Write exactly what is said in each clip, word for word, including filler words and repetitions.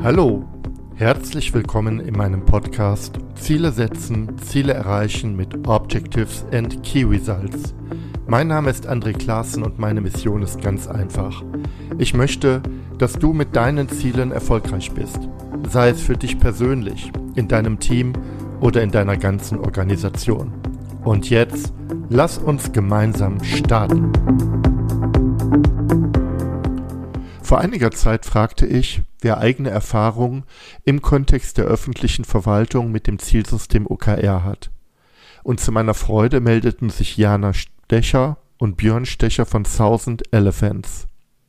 Hallo, herzlich willkommen in meinem Podcast Ziele setzen, Ziele erreichen mit Objectives and Key Results. Mein Name ist André Klaassen und meine Mission ist ganz einfach. Ich möchte, dass du mit deinen Zielen erfolgreich bist, sei es für dich persönlich, in deinem Team oder in deiner ganzen Organisation. Und jetzt, lass uns gemeinsam starten. Vor einiger Zeit fragte ich, wer eigene Erfahrungen im Kontext der öffentlichen Verwaltung mit dem Zielsystem O K R hat. Und zu meiner Freude meldeten sich Jana Stecher und Björn Stecher von Thousand Elephants.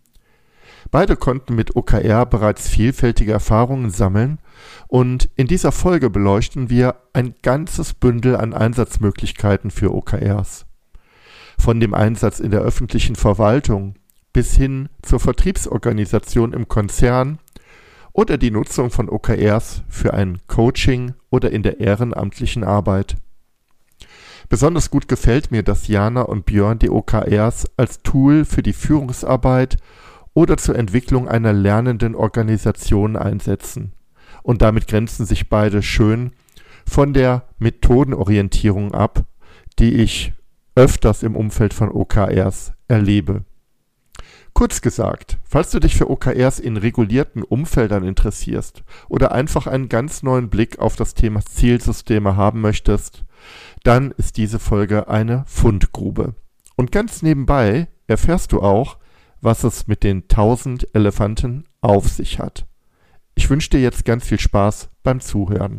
Beide konnten mit O K R bereits vielfältige Erfahrungen sammeln und in dieser Folge beleuchten wir ein ganzes Bündel an Einsatzmöglichkeiten für O K Rs. Von dem Einsatz in der öffentlichen Verwaltung bis hin zur Vertriebsorganisation im Konzern oder die Nutzung von O K Rs für ein Coaching oder in der ehrenamtlichen Arbeit. Besonders gut gefällt mir, dass Jana und Björn die O K Rs als Tool für die Führungsarbeit oder zur Entwicklung einer lernenden Organisation einsetzen. Und damit grenzen sich beide schön von der Methodenorientierung ab, die ich öfters im Umfeld von O K Rs erlebe. Kurz gesagt, falls du dich für O K Rs in regulierten Umfeldern interessierst oder einfach einen ganz neuen Blick auf das Thema Zielsysteme haben möchtest, dann ist diese Folge eine Fundgrube. Und ganz nebenbei erfährst du auch, was es mit den tausend Elefanten auf sich hat. Ich wünsche dir jetzt ganz viel Spaß beim Zuhören.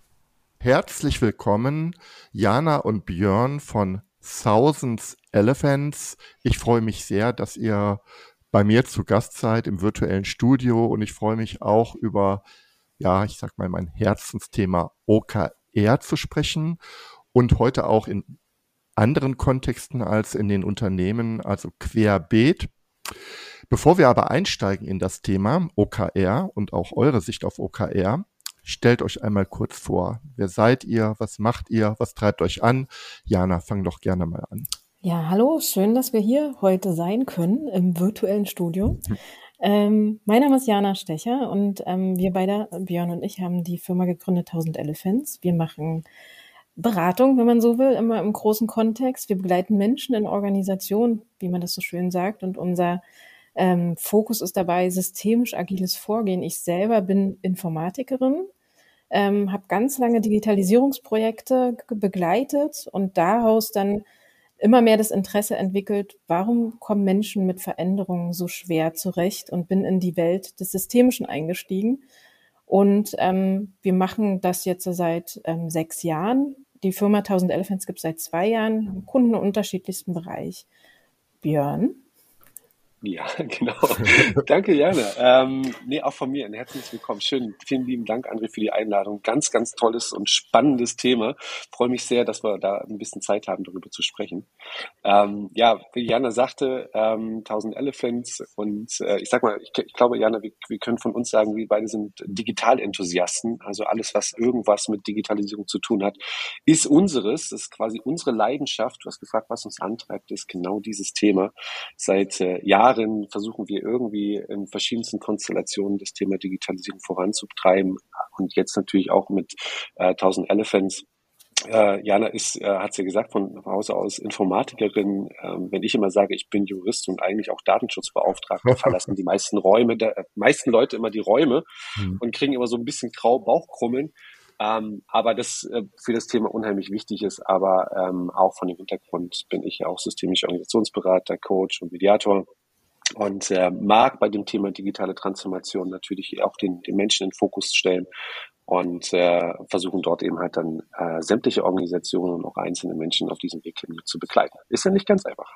Herzlich willkommen, Jana und Björn von Thousand Elephants. Ich freue mich sehr, dass ihr bei mir zu Gast seid im virtuellen Studio und ich freue mich auch über, ja, ich sag mal, mein Herzensthema O K R zu sprechen und heute auch in anderen Kontexten als in den Unternehmen, also querbeet. Bevor wir aber einsteigen in das Thema O K R und auch eure Sicht auf O K R, stellt euch einmal kurz vor. Wer seid ihr? Was macht ihr? Was treibt euch an? Jana, fang doch gerne mal an. Ja, hallo, schön, dass wir hier heute sein können im virtuellen Studio. Mhm. Ähm, mein Name ist Jana Stecher und ähm, wir beide, Björn und ich, haben die Firma gegründet Thousand Elephants. Wir machen Beratung, wenn man so will, immer im großen Kontext. Wir begleiten Menschen in Organisationen, wie man das so schön sagt, und unser ähm, Fokus ist dabei systemisch agiles Vorgehen. Ich selber bin Informatikerin, ähm, habe ganz lange Digitalisierungsprojekte g- begleitet und daraus dann immer mehr das Interesse entwickelt, warum kommen Menschen mit Veränderungen so schwer zurecht, und bin in die Welt des Systemischen eingestiegen. Und ähm, wir machen das jetzt seit ähm, sechs Jahren. Die Firma Thousand Elephants gibt es seit zwei Jahren, haben Kunden im unterschiedlichsten Bereich. Björn? Ja, genau. Danke, Jana. Ähm, nee, auch von mir ein herzliches Willkommen. Schön. Vielen lieben Dank, André, für die Einladung. Ganz, ganz tolles und spannendes Thema. Freue mich sehr, dass wir da ein bisschen Zeit haben, darüber zu sprechen. Ähm, ja, wie Jana sagte, ähm, Thousand Elephants und äh, ich sag mal, ich, ich glaube, Jana, wir, wir können von uns sagen, wir beide sind Digitalenthusiasten. Also alles, was irgendwas mit Digitalisierung zu tun hat, ist unseres. Das ist quasi unsere Leidenschaft. Du hast gefragt, was uns antreibt, ist genau dieses Thema. Seit äh, Jahren versuchen wir irgendwie in verschiedensten Konstellationen das Thema Digitalisierung voranzutreiben und jetzt natürlich auch mit äh, Thousand Elephants. Äh, Jana ist, äh, hat sie ja gesagt, von Hause aus Informatikerin. Ähm, wenn ich immer sage, ich bin Jurist und eigentlich auch Datenschutzbeauftragte, verlassen die meisten Räume, der, äh, meisten Leute immer die Räume mhm. und kriegen immer so ein bisschen grau Bauchkrummeln. Ähm, aber das äh, für das Thema unheimlich wichtig ist, aber ähm, auch von dem Hintergrund bin ich ja auch systemischer Organisationsberater, Coach und Mediator. Und äh, mag bei dem Thema digitale Transformation natürlich auch den, den Menschen in den Fokus stellen und äh, versuchen dort eben halt dann äh, sämtliche Organisationen und auch einzelne Menschen auf diesem Weg hin zu begleiten. Ist ja nicht ganz einfach.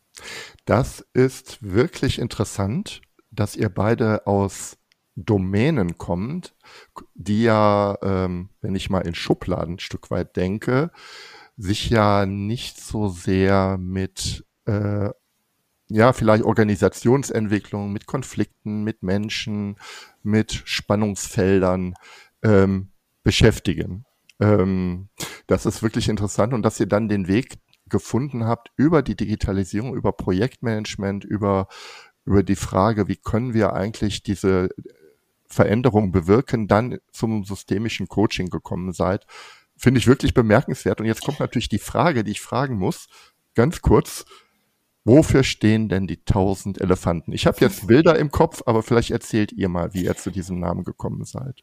Das ist wirklich interessant, dass ihr beide aus Domänen kommt, die ja, ähm, wenn ich mal in Schubladen ein Stück weit denke, sich ja nicht so sehr mit äh, ja, vielleicht Organisationsentwicklung, mit Konflikten, mit Menschen, mit Spannungsfeldern ähm, beschäftigen. Ähm, das ist wirklich interessant und dass ihr dann den Weg gefunden habt über die Digitalisierung, über Projektmanagement, über, über die Frage, wie können wir eigentlich diese Veränderungen bewirken, dann zum systemischen Coaching gekommen seid. Finde ich wirklich bemerkenswert. Und jetzt kommt natürlich die Frage, die ich fragen muss, ganz kurz, wofür stehen denn die tausend Elefanten? Ich habe jetzt Bilder im Kopf, aber vielleicht erzählt ihr mal, wie ihr zu diesem Namen gekommen seid.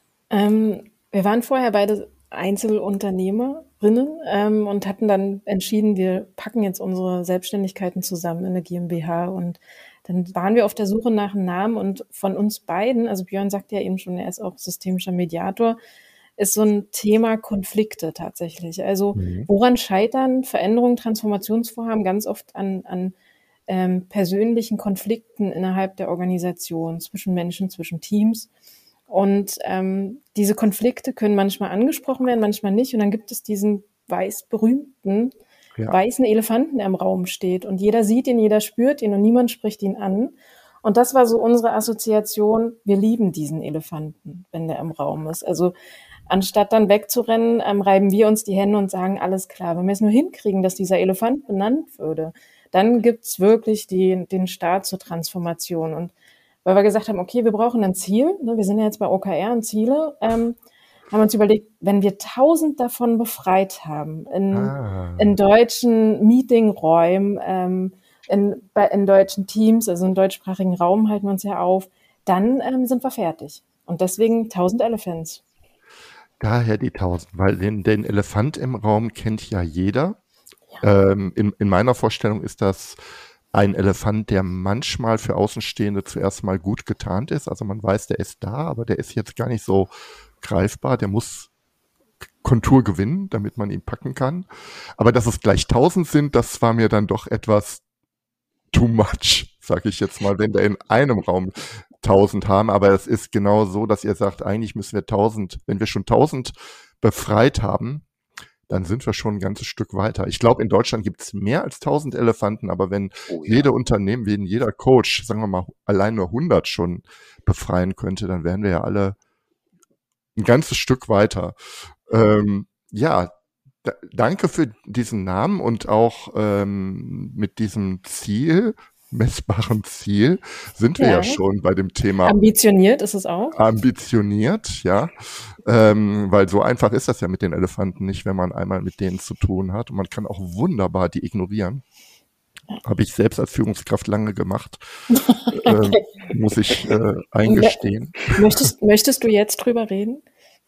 Ähm, wir waren vorher beide Einzelunternehmerinnen ähm, und hatten dann entschieden, wir packen jetzt unsere Selbstständigkeiten zusammen in eine GmbH, und dann waren wir auf der Suche nach einem Namen, und von uns beiden, also Björn sagt ja eben schon, er ist auch systemischer Mediator, ist so ein Thema Konflikte tatsächlich. Also Mhm. woran scheitern Veränderungen, Transformationsvorhaben ganz oft an, an ähm, persönlichen Konflikten innerhalb der Organisation, zwischen Menschen, zwischen Teams. Und ähm, diese Konflikte können manchmal angesprochen werden, manchmal nicht. Und dann gibt es diesen weiß berühmten Ja. weißen Elefanten, der im Raum steht. Und jeder sieht ihn, jeder spürt ihn und niemand spricht ihn an. Und das war so unsere Assoziation. Wir lieben diesen Elefanten, wenn der im Raum ist. Also anstatt dann wegzurennen, ähm, reiben wir uns die Hände und sagen, alles klar, wenn wir es nur hinkriegen, dass dieser Elefant benannt würde, dann gibt's wirklich die, den Start zur Transformation. Und weil wir gesagt haben, okay, wir brauchen ein Ziel, ne, wir sind ja jetzt bei O K R und Ziele, ähm, haben uns überlegt, wenn wir tausend davon befreit haben, in, Ah. in deutschen Meetingräumen, ähm, in, bei, in deutschen Teams, also im deutschsprachigen Raum halten wir uns ja auf, dann ähm, sind wir fertig. Und deswegen tausend Elephants. Daher die tausend, weil den, den Elefant im Raum kennt ja jeder. Ähm, in, in meiner Vorstellung ist das ein Elefant, der manchmal für Außenstehende zuerst mal gut getarnt ist. Also man weiß, der ist da, aber der ist jetzt gar nicht so greifbar. Der muss Kontur gewinnen, damit man ihn packen kann. Aber dass es gleich tausend sind, das war mir dann doch etwas too much, sag ich jetzt mal, wenn wir in einem Raum tausend haben. Aber es ist genau so, dass ihr sagt, eigentlich müssen wir tausend, wenn wir schon tausend befreit haben, dann sind wir schon ein ganzes Stück weiter. Ich glaube, in Deutschland gibt es mehr als tausend Elefanten, aber wenn Oh ja. jede Unternehmen, wenn jeder Coach, sagen wir mal, allein nur hundert schon befreien könnte, dann wären wir ja alle ein ganzes Stück weiter. Ähm, ja, da, danke für diesen Namen und auch ähm, mit diesem Ziel, messbaren Ziel, sind wir ja, Ja. schon bei dem Thema Ambitioniert ist es auch. ambitioniert, ja, ähm, weil so einfach ist das ja mit den Elefanten nicht, wenn man einmal mit denen zu tun hat, und man kann auch wunderbar die ignorieren. Habe ich selbst als Führungskraft lange gemacht, äh, muss ich äh, eingestehen. Möchtest, möchtest du jetzt drüber reden?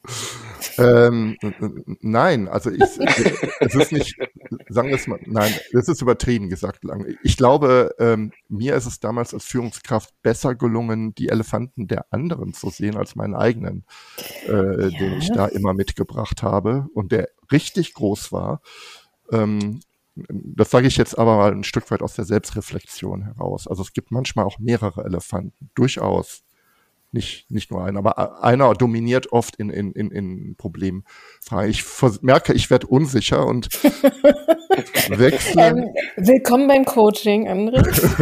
Ähm, nein, also ich, es ist nicht, sagen wir es mal, nein, das ist übertrieben gesagt lang. Ich glaube, ähm, mir ist es damals als Führungskraft besser gelungen, die Elefanten der anderen zu sehen als meinen eigenen, äh, Ja. den ich da immer mitgebracht habe und der richtig groß war. Ähm, das sage ich jetzt aber mal ein Stück weit aus der Selbstreflexion heraus. Also es gibt manchmal auch mehrere Elefanten, durchaus. Nicht, nicht nur einer, aber einer dominiert oft in, in, in, in Problemfragen. Ich vers- merke, ich werde unsicher und wechsle. Ähm, willkommen beim Coaching, André.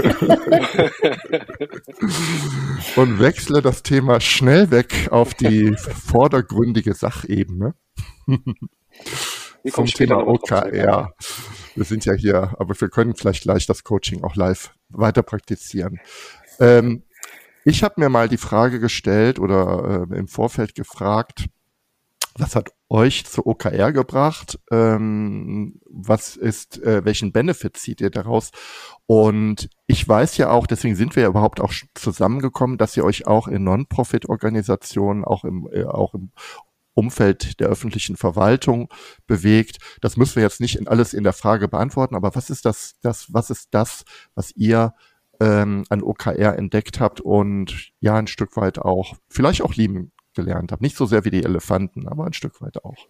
und wechsle das Thema schnell weg auf die vordergründige Sachebene. Wir Zum kommen später Thema noch O drauf K zurück. R. Wir sind ja hier, aber wir können vielleicht gleich das Coaching auch live weiter praktizieren. Ähm, Ich habe mir mal die Frage gestellt oder äh, im Vorfeld gefragt, was hat euch zu O K R gebracht? Ähm, was ist, äh, welchen Benefit zieht ihr daraus? Und ich weiß ja auch, deswegen sind wir ja überhaupt auch zusammengekommen, dass ihr euch auch in Non-Profit-Organisationen, auch im, äh, auch im Umfeld der öffentlichen Verwaltung bewegt. Das müssen wir jetzt nicht in alles in der Frage beantworten, aber was ist das, das, was ist das, was ihr ähm, an O K R entdeckt habt und ja, ein Stück weit auch, vielleicht auch lieben gelernt habt. Nicht so sehr wie die Elefanten, aber ein Stück weit auch.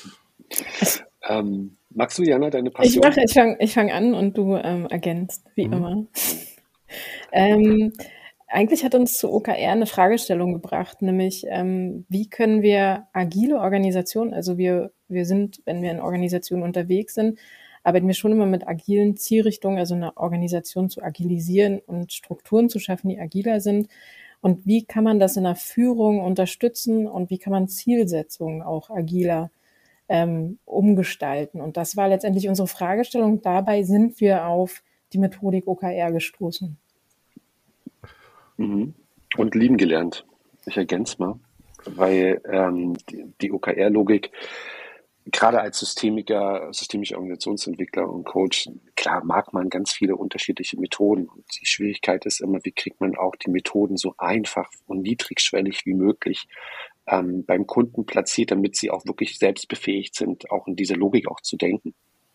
Ähm, magst du, Jana, deine Ich Passion? mache, ich fange ich fang an und du ähm, ergänzt, wie Mhm. immer. ähm, eigentlich hat uns zu O K R eine Fragestellung gebracht, nämlich ähm, wie können wir agile Organisationen, also wir, wir sind, wenn wir in Organisationen unterwegs sind, arbeiten wir schon immer mit agilen Zielrichtungen, also eine Organisation zu agilisieren und Strukturen zu schaffen, die agiler sind. Und wie kann man das in der Führung unterstützen und wie kann man Zielsetzungen auch agiler ähm, umgestalten? Und das war letztendlich unsere Fragestellung. Dabei sind wir auf die Methodik O K R gestoßen. Mhm. Und lieben gelernt. ich ergänze mal, weil ähm, die, die O K R-Logik, gerade als Systemiker, systemischer Organisationsentwickler und Coach, klar mag man ganz viele unterschiedliche Methoden. Und die Schwierigkeit ist immer, wie kriegt man auch die Methoden so einfach und niedrigschwellig wie möglich ähm, beim Kunden platziert, damit sie auch wirklich selbst befähigt sind, auch in dieser Logik auch zu denken.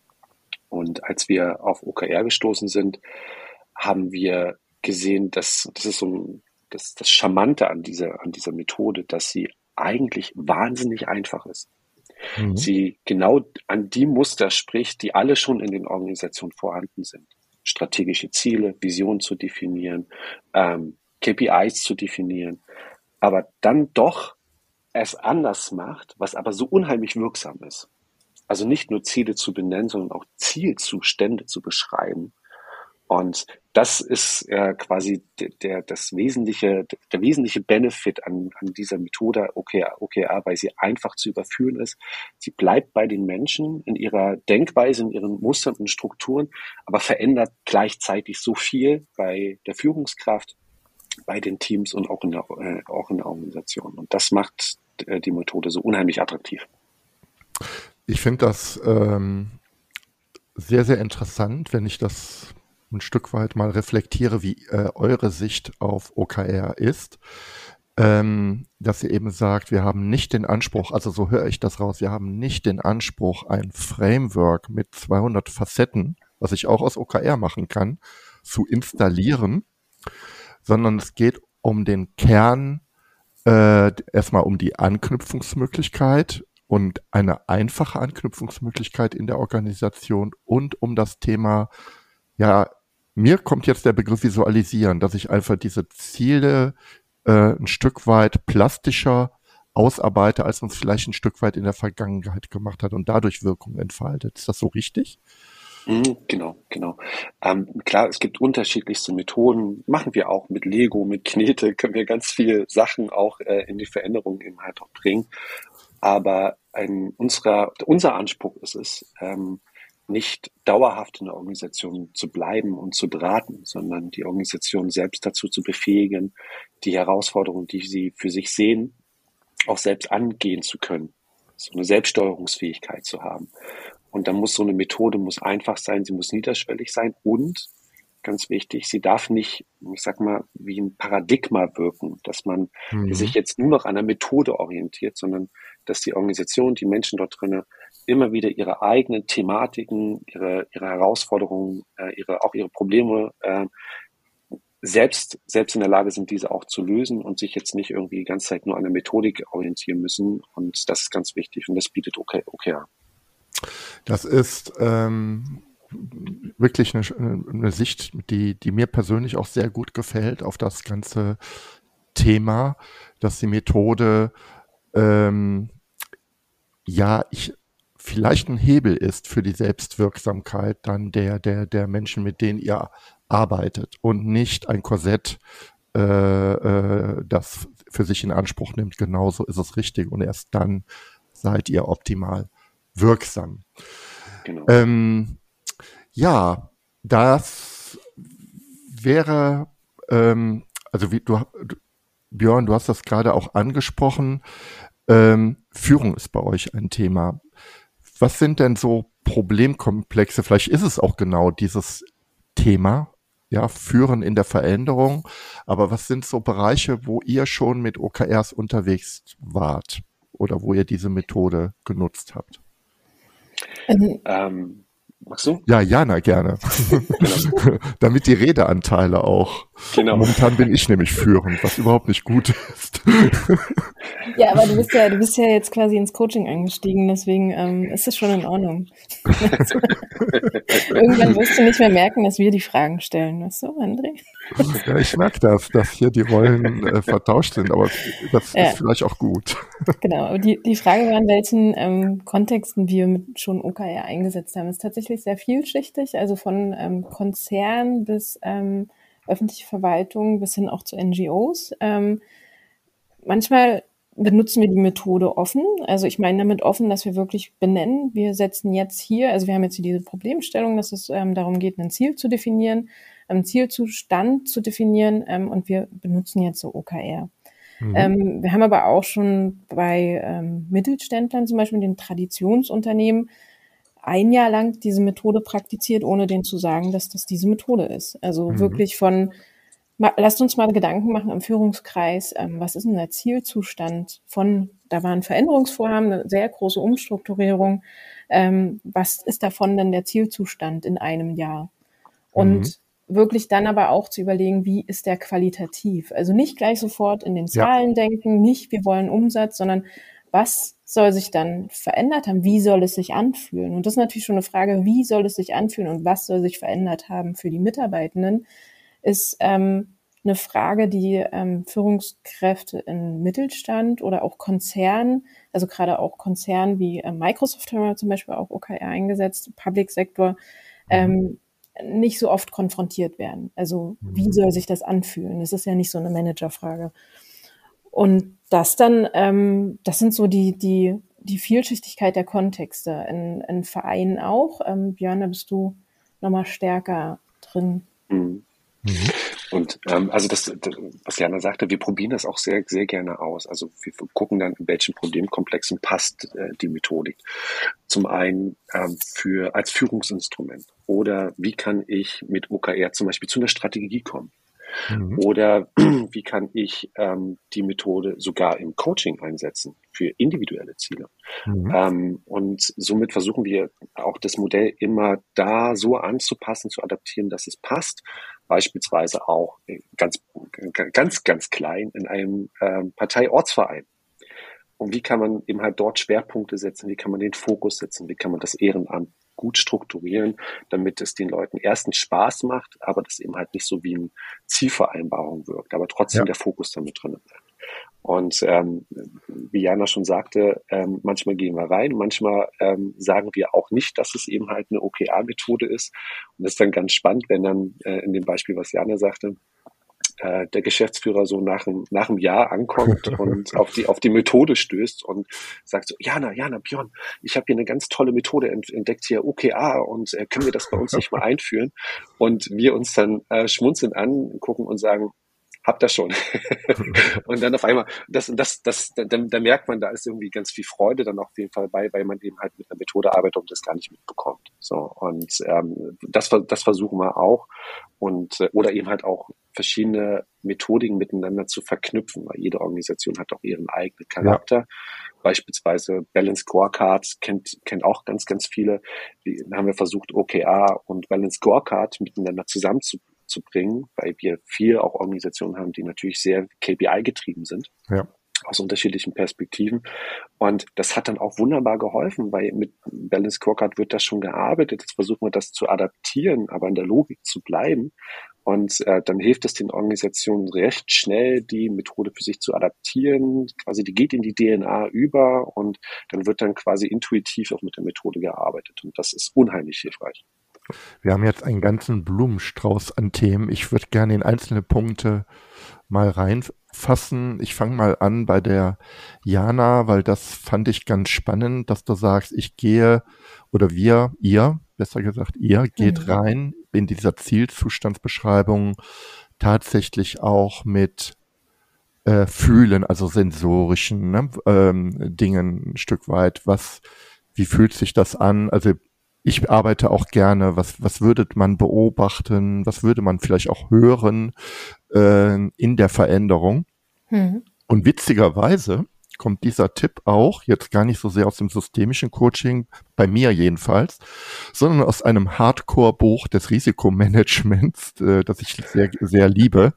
Und als wir auf O K R gestoßen sind, haben wir gesehen, dass das ist so ein, das, das Charmante an dieser, an dieser Methode, dass sie eigentlich wahnsinnig einfach ist. Mhm. Sie genau an die Muster spricht, die alle schon in den Organisationen vorhanden sind. Strategische Ziele, Visionen zu definieren, ähm, K P Is zu definieren, aber dann doch es anders macht, was aber so unheimlich wirksam ist. Also nicht nur Ziele zu benennen, sondern auch Zielzustände zu beschreiben. Und das ist äh, quasi der, der, das wesentliche, der wesentliche Benefit an, an dieser Methode O K R, O K R, weil sie einfach zu überführen ist. Sie bleibt bei den Menschen in ihrer Denkweise, in ihren Mustern und Strukturen, aber verändert gleichzeitig so viel bei der Führungskraft, bei den Teams und auch in der, äh, auch in der Organisation. Und das macht äh, die Methode so unheimlich attraktiv. Ich finde das ähm, sehr, sehr interessant, wenn ich das ein Stück weit mal reflektiere, wie äh, eure Sicht auf O K R ist, ähm, dass ihr eben sagt, wir haben nicht den Anspruch, also so höre ich das raus, wir haben nicht den Anspruch, ein Framework mit zweihundert Facetten, was ich auch aus O K R machen kann, zu installieren, sondern es geht um den Kern, äh, erstmal um die Anknüpfungsmöglichkeit und eine einfache Anknüpfungsmöglichkeit in der Organisation und um das Thema, ja, mir kommt jetzt der Begriff Visualisieren, dass ich einfach diese Ziele äh, ein Stück weit plastischer ausarbeite, als man es vielleicht ein Stück weit in der Vergangenheit gemacht hat und dadurch Wirkung entfaltet. Ist das so richtig? Genau, genau. Ähm, klar, es gibt unterschiedlichste Methoden, machen wir auch mit Lego, mit Knete, können wir ganz viele Sachen auch äh, in die Veränderung eben halt auch bringen. Aber ein, unserer, unser Anspruch ist es, ähm, nicht dauerhaft in der Organisation zu bleiben und zu beraten, sondern die Organisation selbst dazu zu befähigen, die Herausforderungen, die sie für sich sehen, auch selbst angehen zu können, so eine Selbststeuerungsfähigkeit zu haben. Und dann muss so eine Methode muss einfach sein, sie muss niederschwellig sein und ganz wichtig, sie darf nicht, ich sag mal, wie ein Paradigma wirken, dass man mhm. sich jetzt nur noch an einer Methode orientiert, sondern dass die Organisation, die Menschen dort drinnen immer wieder ihre eigenen Thematiken, ihre, ihre Herausforderungen, äh, ihre, auch ihre Probleme äh, selbst, selbst in der Lage sind, diese auch zu lösen und sich jetzt nicht irgendwie die ganze Zeit nur an der Methodik orientieren müssen. Und das ist ganz wichtig und das bietet O K R. Das ist ähm, wirklich eine, eine Sicht, die, die mir persönlich auch sehr gut gefällt auf das ganze Thema, dass die Methode ähm, ja, ich vielleicht ein Hebel ist für die Selbstwirksamkeit dann der, der, der Menschen, mit denen ihr arbeitet und nicht ein Korsett, äh, äh, das für sich in Anspruch nimmt. Genauso ist es richtig und erst dann seid ihr optimal wirksam. Genau. Ähm, ja, das wäre, ähm, also wie du, Björn, du hast das gerade auch angesprochen, ähm, Führung ist bei euch ein Thema. Was sind denn so Problemkomplexe? Vielleicht ist es auch genau dieses Thema, ja, Führen in der Veränderung. Aber was sind so Bereiche, wo ihr schon mit O K Rs unterwegs wart oder wo ihr diese Methode genutzt habt? Ähm, ähm, magst du? Ja, Jana, gerne. Genau. Damit die Redeanteile auch. Genau. Momentan bin ich nämlich führend, was überhaupt nicht gut ist. Ja, aber du bist ja, du bist ja jetzt quasi ins Coaching eingestiegen, deswegen ähm, ist es schon in Ordnung. Irgendwann wirst du nicht mehr merken, dass wir die Fragen stellen, weißt du, André? Ja, ich merke das, dass hier die Rollen äh, vertauscht sind, aber das ja. ist vielleicht auch gut. Genau, aber die, die Frage war, in welchen ähm, Kontexten wir mit schon O K R eingesetzt haben, ist tatsächlich sehr vielschichtig, also von ähm, Konzern bis ähm, öffentliche Verwaltung bis hin auch zu N G Os. Ähm, manchmal benutzen wir die Methode offen. Also ich meine damit offen, dass wir wirklich benennen, wir setzen jetzt hier, also wir haben jetzt hier diese Problemstellung, dass es ähm, darum geht, ein Ziel zu definieren, einen Zielzustand zu definieren ähm, und wir benutzen jetzt so O K R. Mhm. Ähm, wir haben aber auch schon bei ähm, Mittelständlern, zum Beispiel den Traditionsunternehmen, ein Jahr lang diese Methode praktiziert, ohne denen zu sagen, dass das diese Methode ist. Also mhm. wirklich von, ma, lasst uns mal Gedanken machen im Führungskreis, ähm, was ist denn der Zielzustand von, da war ein Veränderungsvorhaben, eine sehr große Umstrukturierung, ähm, was ist davon denn der Zielzustand in einem Jahr? Und mhm. wirklich dann aber auch zu überlegen, wie ist der qualitativ? Also nicht gleich sofort in den Zahlen ja. denken, nicht wir wollen Umsatz, sondern was soll sich dann verändert haben? Wie soll es sich anfühlen? Und das ist natürlich schon eine Frage, wie soll es sich anfühlen und was soll sich verändert haben für die Mitarbeitenden, ist ähm, eine Frage, die ähm, Führungskräfte im Mittelstand oder auch Konzernen, also gerade auch Konzernen wie äh, Microsoft haben wir zum Beispiel auch O K R eingesetzt, Public Sector, ähm, nicht so oft konfrontiert werden. Also wie soll sich das anfühlen? Das ist ja nicht so eine Managerfrage. Und das dann, ähm, das sind so die die die Vielschichtigkeit der Kontexte in, in Vereinen auch. Ähm, Björn, da bist du nochmal stärker drin. Mhm. Mhm. Und ähm, also das, das, was Jana sagte, wir probieren das auch sehr, sehr gerne aus. Also wir gucken dann, in welchen Problemkomplexen passt äh, die Methodik. Zum einen ähm, für als Führungsinstrument oder wie kann ich mit O K R zum Beispiel zu einer Strategie kommen. Mhm. Oder wie kann ich ähm, die Methode sogar im Coaching einsetzen für individuelle Ziele. Mhm. Ähm, und somit versuchen wir auch das Modell immer da so anzupassen, zu adaptieren, dass es passt. Beispielsweise auch ganz, ganz, ganz klein in einem ähm, Parteiortsverein. Und wie kann man eben halt dort Schwerpunkte setzen? Wie kann man den Fokus setzen? Wie kann man das Ehrenamt gut strukturieren, damit es den Leuten erstens Spaß macht, aber das eben halt nicht so wie eine Zielvereinbarung wirkt, aber trotzdem ja. der Fokus damit drin bleibt. Und ähm, wie Jana schon sagte, ähm, manchmal gehen wir rein, manchmal ähm, sagen wir auch nicht, dass es eben halt eine O K R-Methode ist. Und das ist dann ganz spannend, wenn dann äh, in dem Beispiel, was Jana sagte, äh, der Geschäftsführer so nach einem nach einem Jahr ankommt und auf die auf die Methode stößt und sagt so, Jana, Jana, Björn, ich habe hier eine ganz tolle Methode entdeckt hier, O K R, und äh, können wir das bei uns nicht mal einführen? Und wir uns dann äh, schmunzelnd angucken und sagen, habt ihr schon. Und dann auf einmal, das, das, das, da, da merkt man, da ist irgendwie ganz viel Freude dann auf jeden Fall bei, weil man eben halt mit einer Methode arbeitet und das gar nicht mitbekommt. So, und ähm, das, das versuchen wir auch. Und oder eben halt auch verschiedene Methodiken miteinander zu verknüpfen, weil jede Organisation hat auch ihren eigenen Charakter. Ja. Beispielsweise Balance Scorecard kennt, kennt auch ganz, ganz viele. Dann haben wir versucht, O K R und Balance Scorecard miteinander zusammenzubringen. zu bringen, weil wir viel auch Organisationen haben, die natürlich sehr K P I-getrieben sind, ja. aus unterschiedlichen Perspektiven. Und das hat dann auch wunderbar geholfen, weil mit Balance Scorecard wird das schon gearbeitet. Jetzt versuchen wir das zu adaptieren, aber in der Logik zu bleiben. Und äh, dann hilft es den Organisationen recht schnell, die Methode für sich zu adaptieren. Quasi die geht in die D N A über und dann wird dann quasi intuitiv auch mit der Methode gearbeitet. Und das ist unheimlich hilfreich. Wir haben jetzt einen ganzen Blumenstrauß an Themen. Ich würde gerne in einzelne Punkte mal reinfassen. Ich fange mal an bei der Jana, weil das fand ich ganz spannend, dass du sagst, ich gehe oder wir, ihr, besser gesagt ihr, geht mhm. rein in dieser Zielzustandsbeschreibung tatsächlich auch mit äh, Fühlen, also sensorischen ne, ähm, Dingen ein Stück weit. Was, wie fühlt sich das an? Also ich arbeite auch gerne, was, was würde man beobachten, was würde man vielleicht auch hören äh, in der Veränderung. Mhm. Und witzigerweise kommt dieser Tipp auch jetzt gar nicht so sehr aus dem systemischen Coaching, bei mir jedenfalls, sondern aus einem Hardcore-Buch des Risikomanagements, äh, das ich sehr, sehr liebe,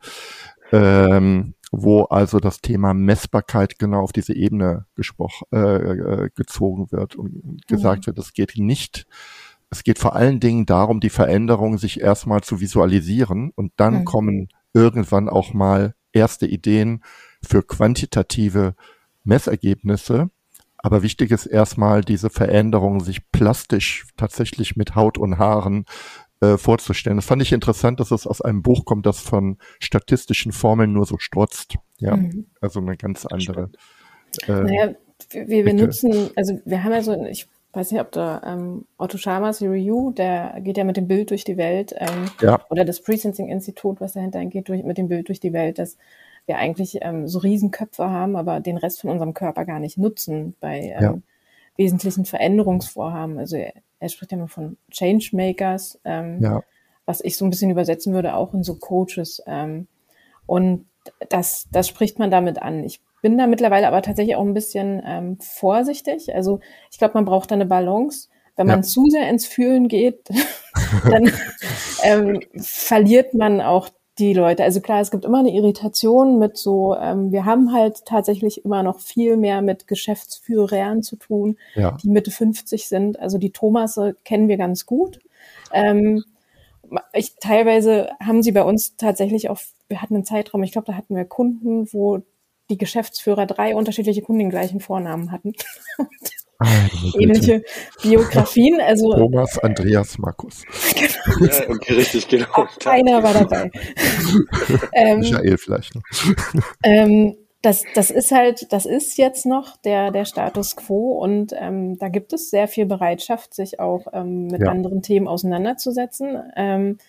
ähm, wo also das Thema Messbarkeit genau auf diese Ebene gesprochen, äh, gezogen wird und gesagt mhm. wird, es geht nicht, es geht vor allen Dingen darum, die Veränderung sich erstmal zu visualisieren und dann mhm. kommen irgendwann auch mal erste Ideen für quantitative Messergebnisse. Aber wichtig ist erstmal, diese Veränderung sich plastisch tatsächlich mit Haut und Haaren Äh, vorzustellen. Das fand ich interessant, dass es aus einem Buch kommt, das von statistischen Formeln nur so strotzt. Ja, mhm. also eine ganz andere. Äh, naja, wir, wir nutzen, also wir haben ja so, ich weiß nicht, ob da ähm, Otto Scharmers Review, der geht ja mit dem Bild durch die Welt, ähm, ja. oder das Pre-Sensing Institut, was dahinter geht, durch, mit dem Bild durch die Welt. Das wir eigentlich ähm, so Riesenköpfe haben, aber den Rest von unserem Körper gar nicht nutzen bei ähm, Ja. wesentlichen Veränderungsvorhaben. Also er, er spricht ja immer von Changemakers, ähm, Ja. was ich so ein bisschen übersetzen würde, auch in so Coaches. Ähm, und das, das spricht man damit an. Ich bin da mittlerweile aber tatsächlich auch ein bisschen ähm, vorsichtig. Also ich glaube, man braucht da eine Balance. Wenn man Ja. zu sehr ins Fühlen geht, dann ähm, verliert man auch die Leute. Also klar, es gibt immer eine Irritation mit so, ähm, wir haben halt tatsächlich immer noch viel mehr mit Geschäftsführern zu tun, Ja. die Mitte fünfzig sind. Also die Thomasse kennen wir ganz gut. Ähm, ich, teilweise haben sie bei uns tatsächlich auch, wir hatten einen Zeitraum, ich glaube, da hatten wir Kunden, wo die Geschäftsführer drei unterschiedliche Kunden den gleichen Vornamen hatten. Ähnliche Biografien. Also Thomas, Andreas, Markus. Genau. Ja, okay, richtig, genau. Einer war dabei. ähm, Michael vielleicht noch. ähm, das, das ist halt, das ist jetzt noch der, der Status quo und ähm, da gibt es sehr viel Bereitschaft, sich auch ähm, mit Ja. anderen Themen auseinanderzusetzen. Ähm,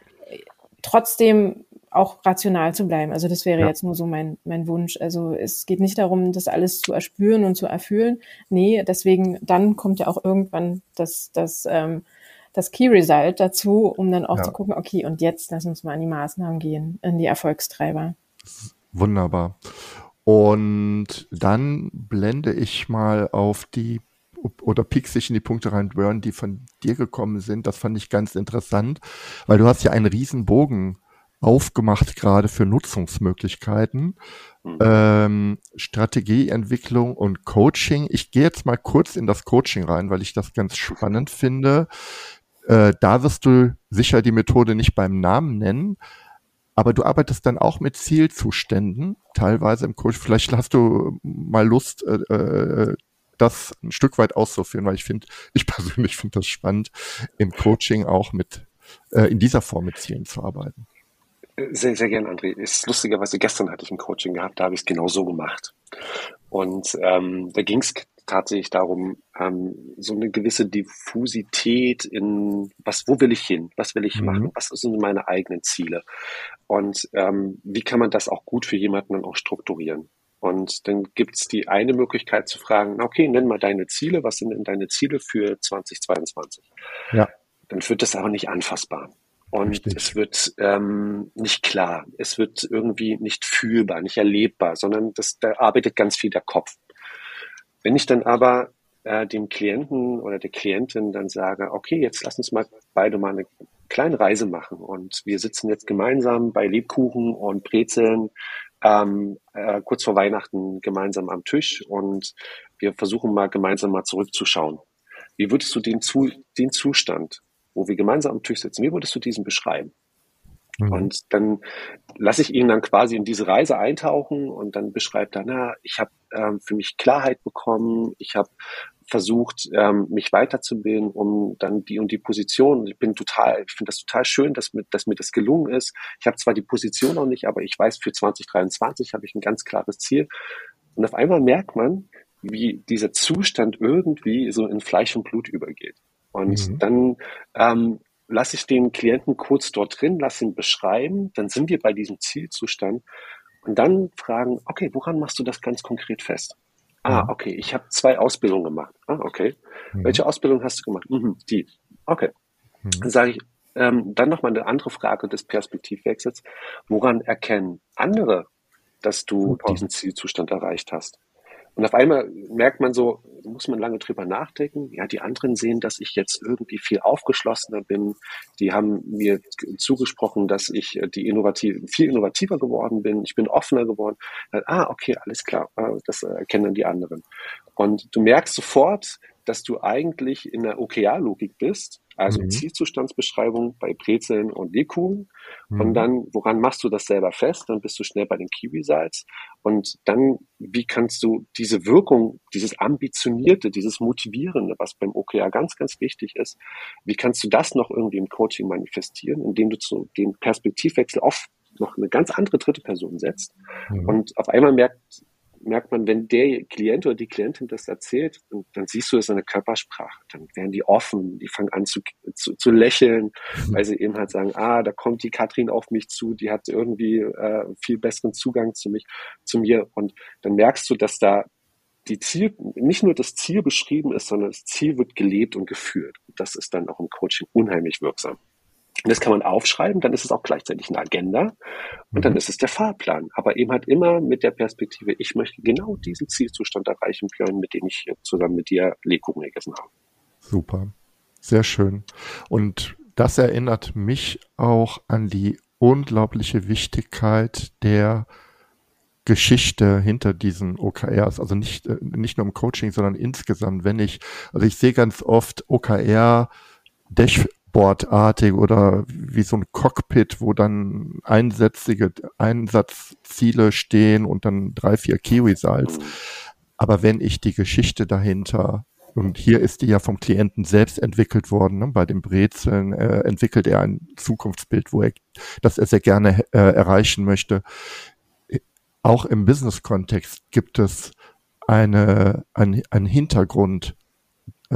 trotzdem auch rational zu bleiben. Also das wäre Ja. jetzt nur so mein, mein Wunsch. Also es geht nicht darum, das alles zu erspüren und zu erfühlen. Nee, deswegen, dann kommt ja auch irgendwann das, das, ähm, das Key Result dazu, um dann auch Ja. zu gucken, okay, und jetzt lass uns mal an die Maßnahmen gehen, in die Erfolgstreiber. Wunderbar. Und dann blende ich mal auf die oder piekst dich in die Punkte rein, Björn, die von dir gekommen sind. Das fand ich ganz interessant, weil du hast ja einen riesen Bogen aufgemacht, gerade für Nutzungsmöglichkeiten, Mhm. ähm, Strategieentwicklung und Coaching. Ich gehe jetzt mal kurz in das Coaching rein, weil ich das ganz spannend finde. Äh, da wirst du sicher die Methode nicht beim Namen nennen, aber du arbeitest dann auch mit Zielzuständen, teilweise im Coaching. Vielleicht hast du mal Lust, äh, das ein Stück weit auszuführen, weil ich finde, ich persönlich finde das spannend, im Coaching auch mit, äh, in dieser Form mit Zielen zu arbeiten. Sehr, sehr gern, André. Ist lustigerweise, gestern hatte ich ein Coaching gehabt, da habe ich es genau so gemacht. Und ähm, da ging es tatsächlich darum, ähm, so eine gewisse Diffusität in, was, wo will ich hin? Was will ich Mhm. machen? Was sind meine eigenen Ziele? Und ähm, wie kann man das auch gut für jemanden dann auch strukturieren? Und dann gibt es die eine Möglichkeit zu fragen, okay, nenn mal deine Ziele. Was sind denn deine Ziele für zwanzig zweiundzwanzig? Ja. Dann wird das aber nicht anfassbar. Und Richtig. es wird ähm, nicht klar, es wird irgendwie nicht fühlbar, nicht erlebbar, sondern das, da arbeitet ganz viel der Kopf. Wenn ich dann aber äh, dem Klienten oder der Klientin dann sage, okay, jetzt lass uns mal beide mal eine kleine Reise machen und wir sitzen jetzt gemeinsam bei Lebkuchen und Brezeln ähm, äh, kurz vor Weihnachten gemeinsam am Tisch und wir versuchen mal gemeinsam mal zurückzuschauen. Wie würdest du den, zu, den Zustand, wo wir gemeinsam am Tisch sitzen, wie würdest du diesen beschreiben? Mhm. Und dann lasse ich ihn dann quasi in diese Reise eintauchen und dann beschreibt er, na, ich habe ähm, für mich Klarheit bekommen, ich habe versucht, ähm, mich weiterzubilden, um dann die und die Position. Ich bin total, ich finde das total schön, dass mir, dass mir das gelungen ist. Ich habe zwar die Position noch nicht, aber ich weiß, für zwanzig dreiundzwanzig habe ich ein ganz klares Ziel. Und auf einmal merkt man, wie dieser Zustand irgendwie so in Fleisch und Blut übergeht. Und Mhm. dann ähm, lasse ich den Klienten kurz dort drin, lasse ihn beschreiben, dann sind wir bei diesem Zielzustand und dann fragen, okay, woran machst du das ganz konkret fest? Ah, Mhm. okay, ich habe zwei Ausbildungen gemacht. Ah, okay. Mhm. Welche Ausbildung hast du gemacht? Mhm, die. Okay. Mhm. Dann sage ich, ähm, dann nochmal eine andere Frage des Perspektivwechsels. Woran erkennen andere, dass du Super. diesen Zielzustand erreicht hast? Und auf einmal merkt man so, muss man lange drüber nachdenken. Ja, die anderen sehen, dass ich jetzt irgendwie viel aufgeschlossener bin. Die haben mir zugesprochen, dass ich die innovativ, viel innovativer geworden bin. Ich bin offener geworden. Dann, ah, okay, alles klar. Das erkennen dann die anderen. Und du merkst sofort, dass du eigentlich in der O K R-Logik bist, also Mhm. Zielzustandsbeschreibung bei Brezeln und Lebkuchen. Mhm. Und dann, woran machst du das selber fest? Dann bist du schnell bei den Key Results. Und dann, wie kannst du diese Wirkung, dieses Ambitionierte, dieses Motivierende, was beim O K R ganz, ganz wichtig ist, wie kannst du das noch irgendwie im Coaching manifestieren, indem du zu den Perspektivwechsel auf noch eine ganz andere dritte Person setzt? Mhm. Und auf einmal merkt merkt man, wenn der Klient oder die Klientin das erzählt, dann siehst du es in der Körpersprache. Dann werden die offen, die fangen an zu, zu, zu lächeln, weil sie eben halt sagen, ah, da kommt die Katrin auf mich zu, die hat irgendwie äh, viel besseren Zugang zu mich, zu mir. Und dann merkst du, dass da die Ziel, nicht nur das Ziel beschrieben ist, sondern das Ziel wird gelebt und geführt. Und das ist dann auch im Coaching unheimlich wirksam. Und das kann man aufschreiben, dann ist es auch gleichzeitig eine Agenda und dann ist es der Fahrplan. Aber eben halt immer mit der Perspektive, ich möchte genau diesen Zielzustand erreichen, Björn, mit dem ich zusammen mit dir Lebkuchen gegessen habe. Super, sehr schön. Und das erinnert mich auch an die unglaubliche Wichtigkeit der Geschichte hinter diesen O K Rs, also nicht, nicht nur im Coaching, sondern insgesamt, wenn ich, also ich sehe ganz oft O K R, Dashboard-artig oder wie so ein Cockpit, wo dann einsätzige Einsatzziele stehen und dann drei, vier Key Results. Aber wenn ich die Geschichte dahinter, und hier ist die ja vom Klienten selbst entwickelt worden, ne? Bei den Brezeln äh, entwickelt er ein Zukunftsbild, wo er, das er sehr gerne äh, erreichen möchte. Auch im Business-Kontext gibt es eine, ein, einen Hintergrund, äh,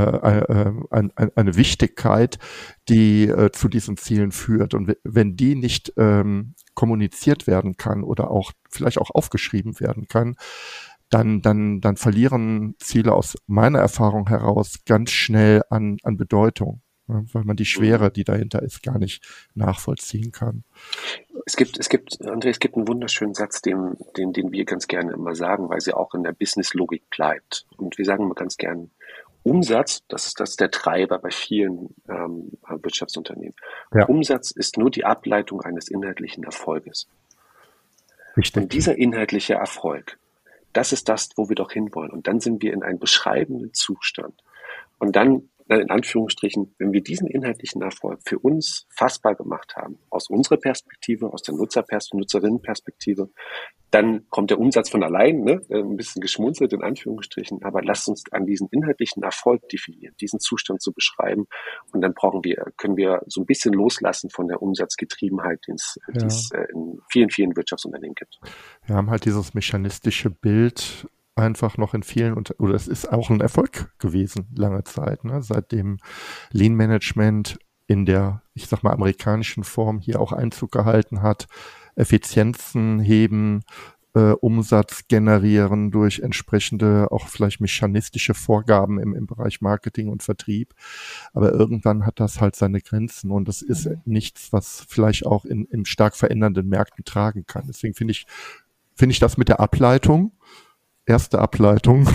äh, äh, eine Wichtigkeit, die äh, zu diesen Zielen führt. Und wenn die nicht ähm, kommuniziert werden kann oder auch vielleicht auch aufgeschrieben werden kann, dann, dann, dann verlieren Ziele aus meiner Erfahrung heraus ganz schnell an, an Bedeutung, ne, weil man die Schwere, die dahinter ist, gar nicht nachvollziehen kann. Es gibt, es gibt, André, es gibt einen wunderschönen Satz, den, den, den wir ganz gerne immer sagen, weil sie auch in der Business-Logik bleibt. Und wir sagen immer ganz gern, Umsatz, das ist, das ist der Treiber bei vielen ähm, Wirtschaftsunternehmen. Ja. Umsatz ist nur die Ableitung eines inhaltlichen Erfolges. Richtig. Und dieser inhaltliche Erfolg, das ist das, wo wir doch hinwollen. Und dann sind wir in einem beschreibenden Zustand. Und dann, in Anführungsstrichen, wenn wir diesen inhaltlichen Erfolg für uns fassbar gemacht haben, aus unserer Perspektive, aus der Nutzerperspektive, Nutzerinnenperspektive, dann kommt der Umsatz von allein, ne? Ein bisschen geschmunzelt in Anführungsstrichen, aber lasst uns an diesen inhaltlichen Erfolg definieren, diesen Zustand zu beschreiben, und dann brauchen wir, können wir so ein bisschen loslassen von der Umsatzgetriebenheit, die es, ja. die es in vielen, vielen Wirtschaftsunternehmen gibt. Wir haben halt dieses mechanistische Bild einfach noch in vielen, oder es ist auch ein Erfolg gewesen, lange Zeit, ne? Seitdem Lean Management in der, ich sag mal, amerikanischen Form hier auch Einzug gehalten hat, Effizienzen heben, äh, Umsatz generieren durch entsprechende, auch vielleicht mechanistische Vorgaben im, im Bereich Marketing und Vertrieb. Aber irgendwann hat das halt seine Grenzen, und das ist mhm. nichts, was vielleicht auch in, in stark verändernden Märkten tragen kann. Deswegen finde ich, finde ich das mit der Ableitung, erste Ableitung,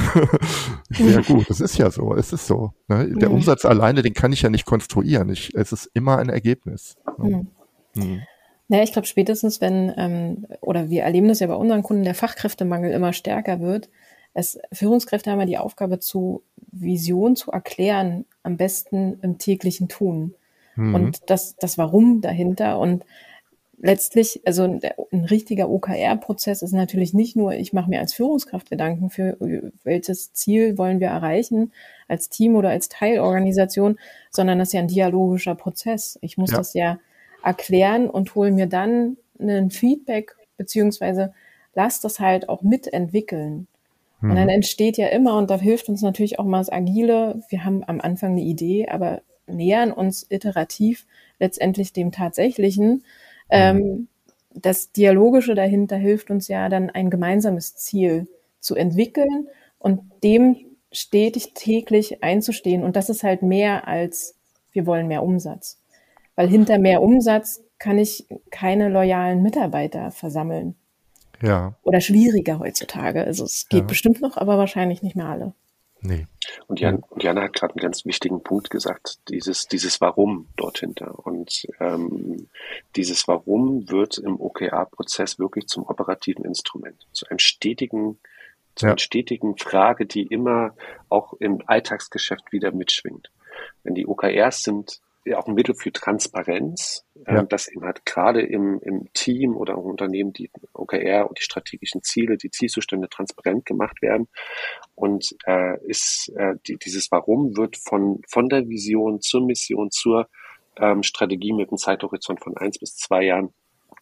sehr gut. Das ist ja so, es ist so. Ne? Der ja. Umsatz alleine, den kann ich ja nicht konstruieren. Ich, es ist immer ein Ergebnis. Ne? Mhm. Mhm. Naja, ich glaube, spätestens wenn, ähm, oder wir erleben das ja bei unseren Kunden, der Fachkräftemangel immer stärker wird. Es, Führungskräfte haben ja die Aufgabe, zu Vision zu erklären, am besten im täglichen Tun. Mhm. Und das, das Warum dahinter. Und letztlich, also ein richtiger O K R-Prozess ist natürlich nicht nur, ich mache mir als Führungskraft Gedanken, für welches Ziel wollen wir erreichen, als Team oder als Teilorganisation, sondern das ist ja ein dialogischer Prozess. Ich muss ja. das ja erklären und hole mir dann ein Feedback, beziehungsweise lass das halt auch mitentwickeln. Mhm. Und dann entsteht ja immer, und da hilft uns natürlich auch mal das Agile, wir haben am Anfang eine Idee, aber nähern uns iterativ letztendlich dem Tatsächlichen. Ähm, das Dialogische dahinter hilft uns ja dann, ein gemeinsames Ziel zu entwickeln und dem stetig täglich einzustehen. Und das ist halt mehr als, wir wollen mehr Umsatz. Weil hinter mehr Umsatz kann ich keine loyalen Mitarbeiter versammeln. Ja. Oder schwieriger heutzutage. Also es geht ja. bestimmt noch, aber wahrscheinlich nicht mehr alle. Nee. Und Jan, und Jana hat gerade einen ganz wichtigen Punkt gesagt, dieses, dieses Warum dort hinter. Und ähm, dieses Warum wird im O K R-Prozess wirklich zum operativen Instrument, zu einem stetigen, zu ja. einer stetigen Frage, die immer auch im Alltagsgeschäft wieder mitschwingt. Wenn die O K Rs sind ja auch ein Mittel für Transparenz, ja. ähm, dass eben halt gerade im, im Team oder im Unternehmen die O K R und die strategischen Ziele, die Zielzustände transparent gemacht werden. Und äh, ist äh, die, dieses Warum wird von von der Vision zur Mission, zur ähm, Strategie mit einem Zeithorizont von eins bis zwei Jahren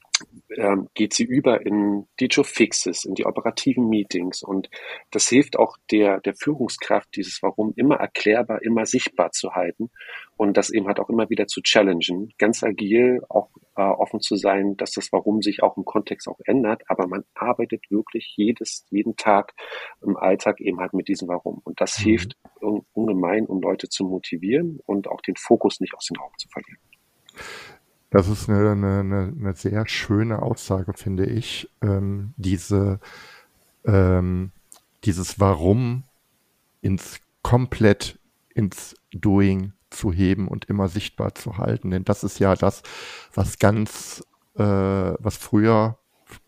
ähm, geht sie über in die Joe Fixes, in die operativen Meetings. Und das hilft auch der, der Führungskraft, dieses Warum immer erklärbar, immer sichtbar zu halten und das eben halt auch immer wieder zu challengen, ganz agil auch äh, offen zu sein, dass das Warum sich auch im Kontext auch ändert, aber man arbeitet wirklich jedes, jeden Tag im Alltag eben halt mit diesem Warum. Und das mhm. hilft un, ungemein, um Leute zu motivieren und auch den Fokus nicht aus den Augen zu verlieren. Das ist eine, eine, eine sehr schöne Aussage, finde ich. Ähm, diese, ähm, dieses Warum ins komplett ins Doing zu heben und immer sichtbar zu halten. Denn das ist ja das, was ganz, äh, was früher,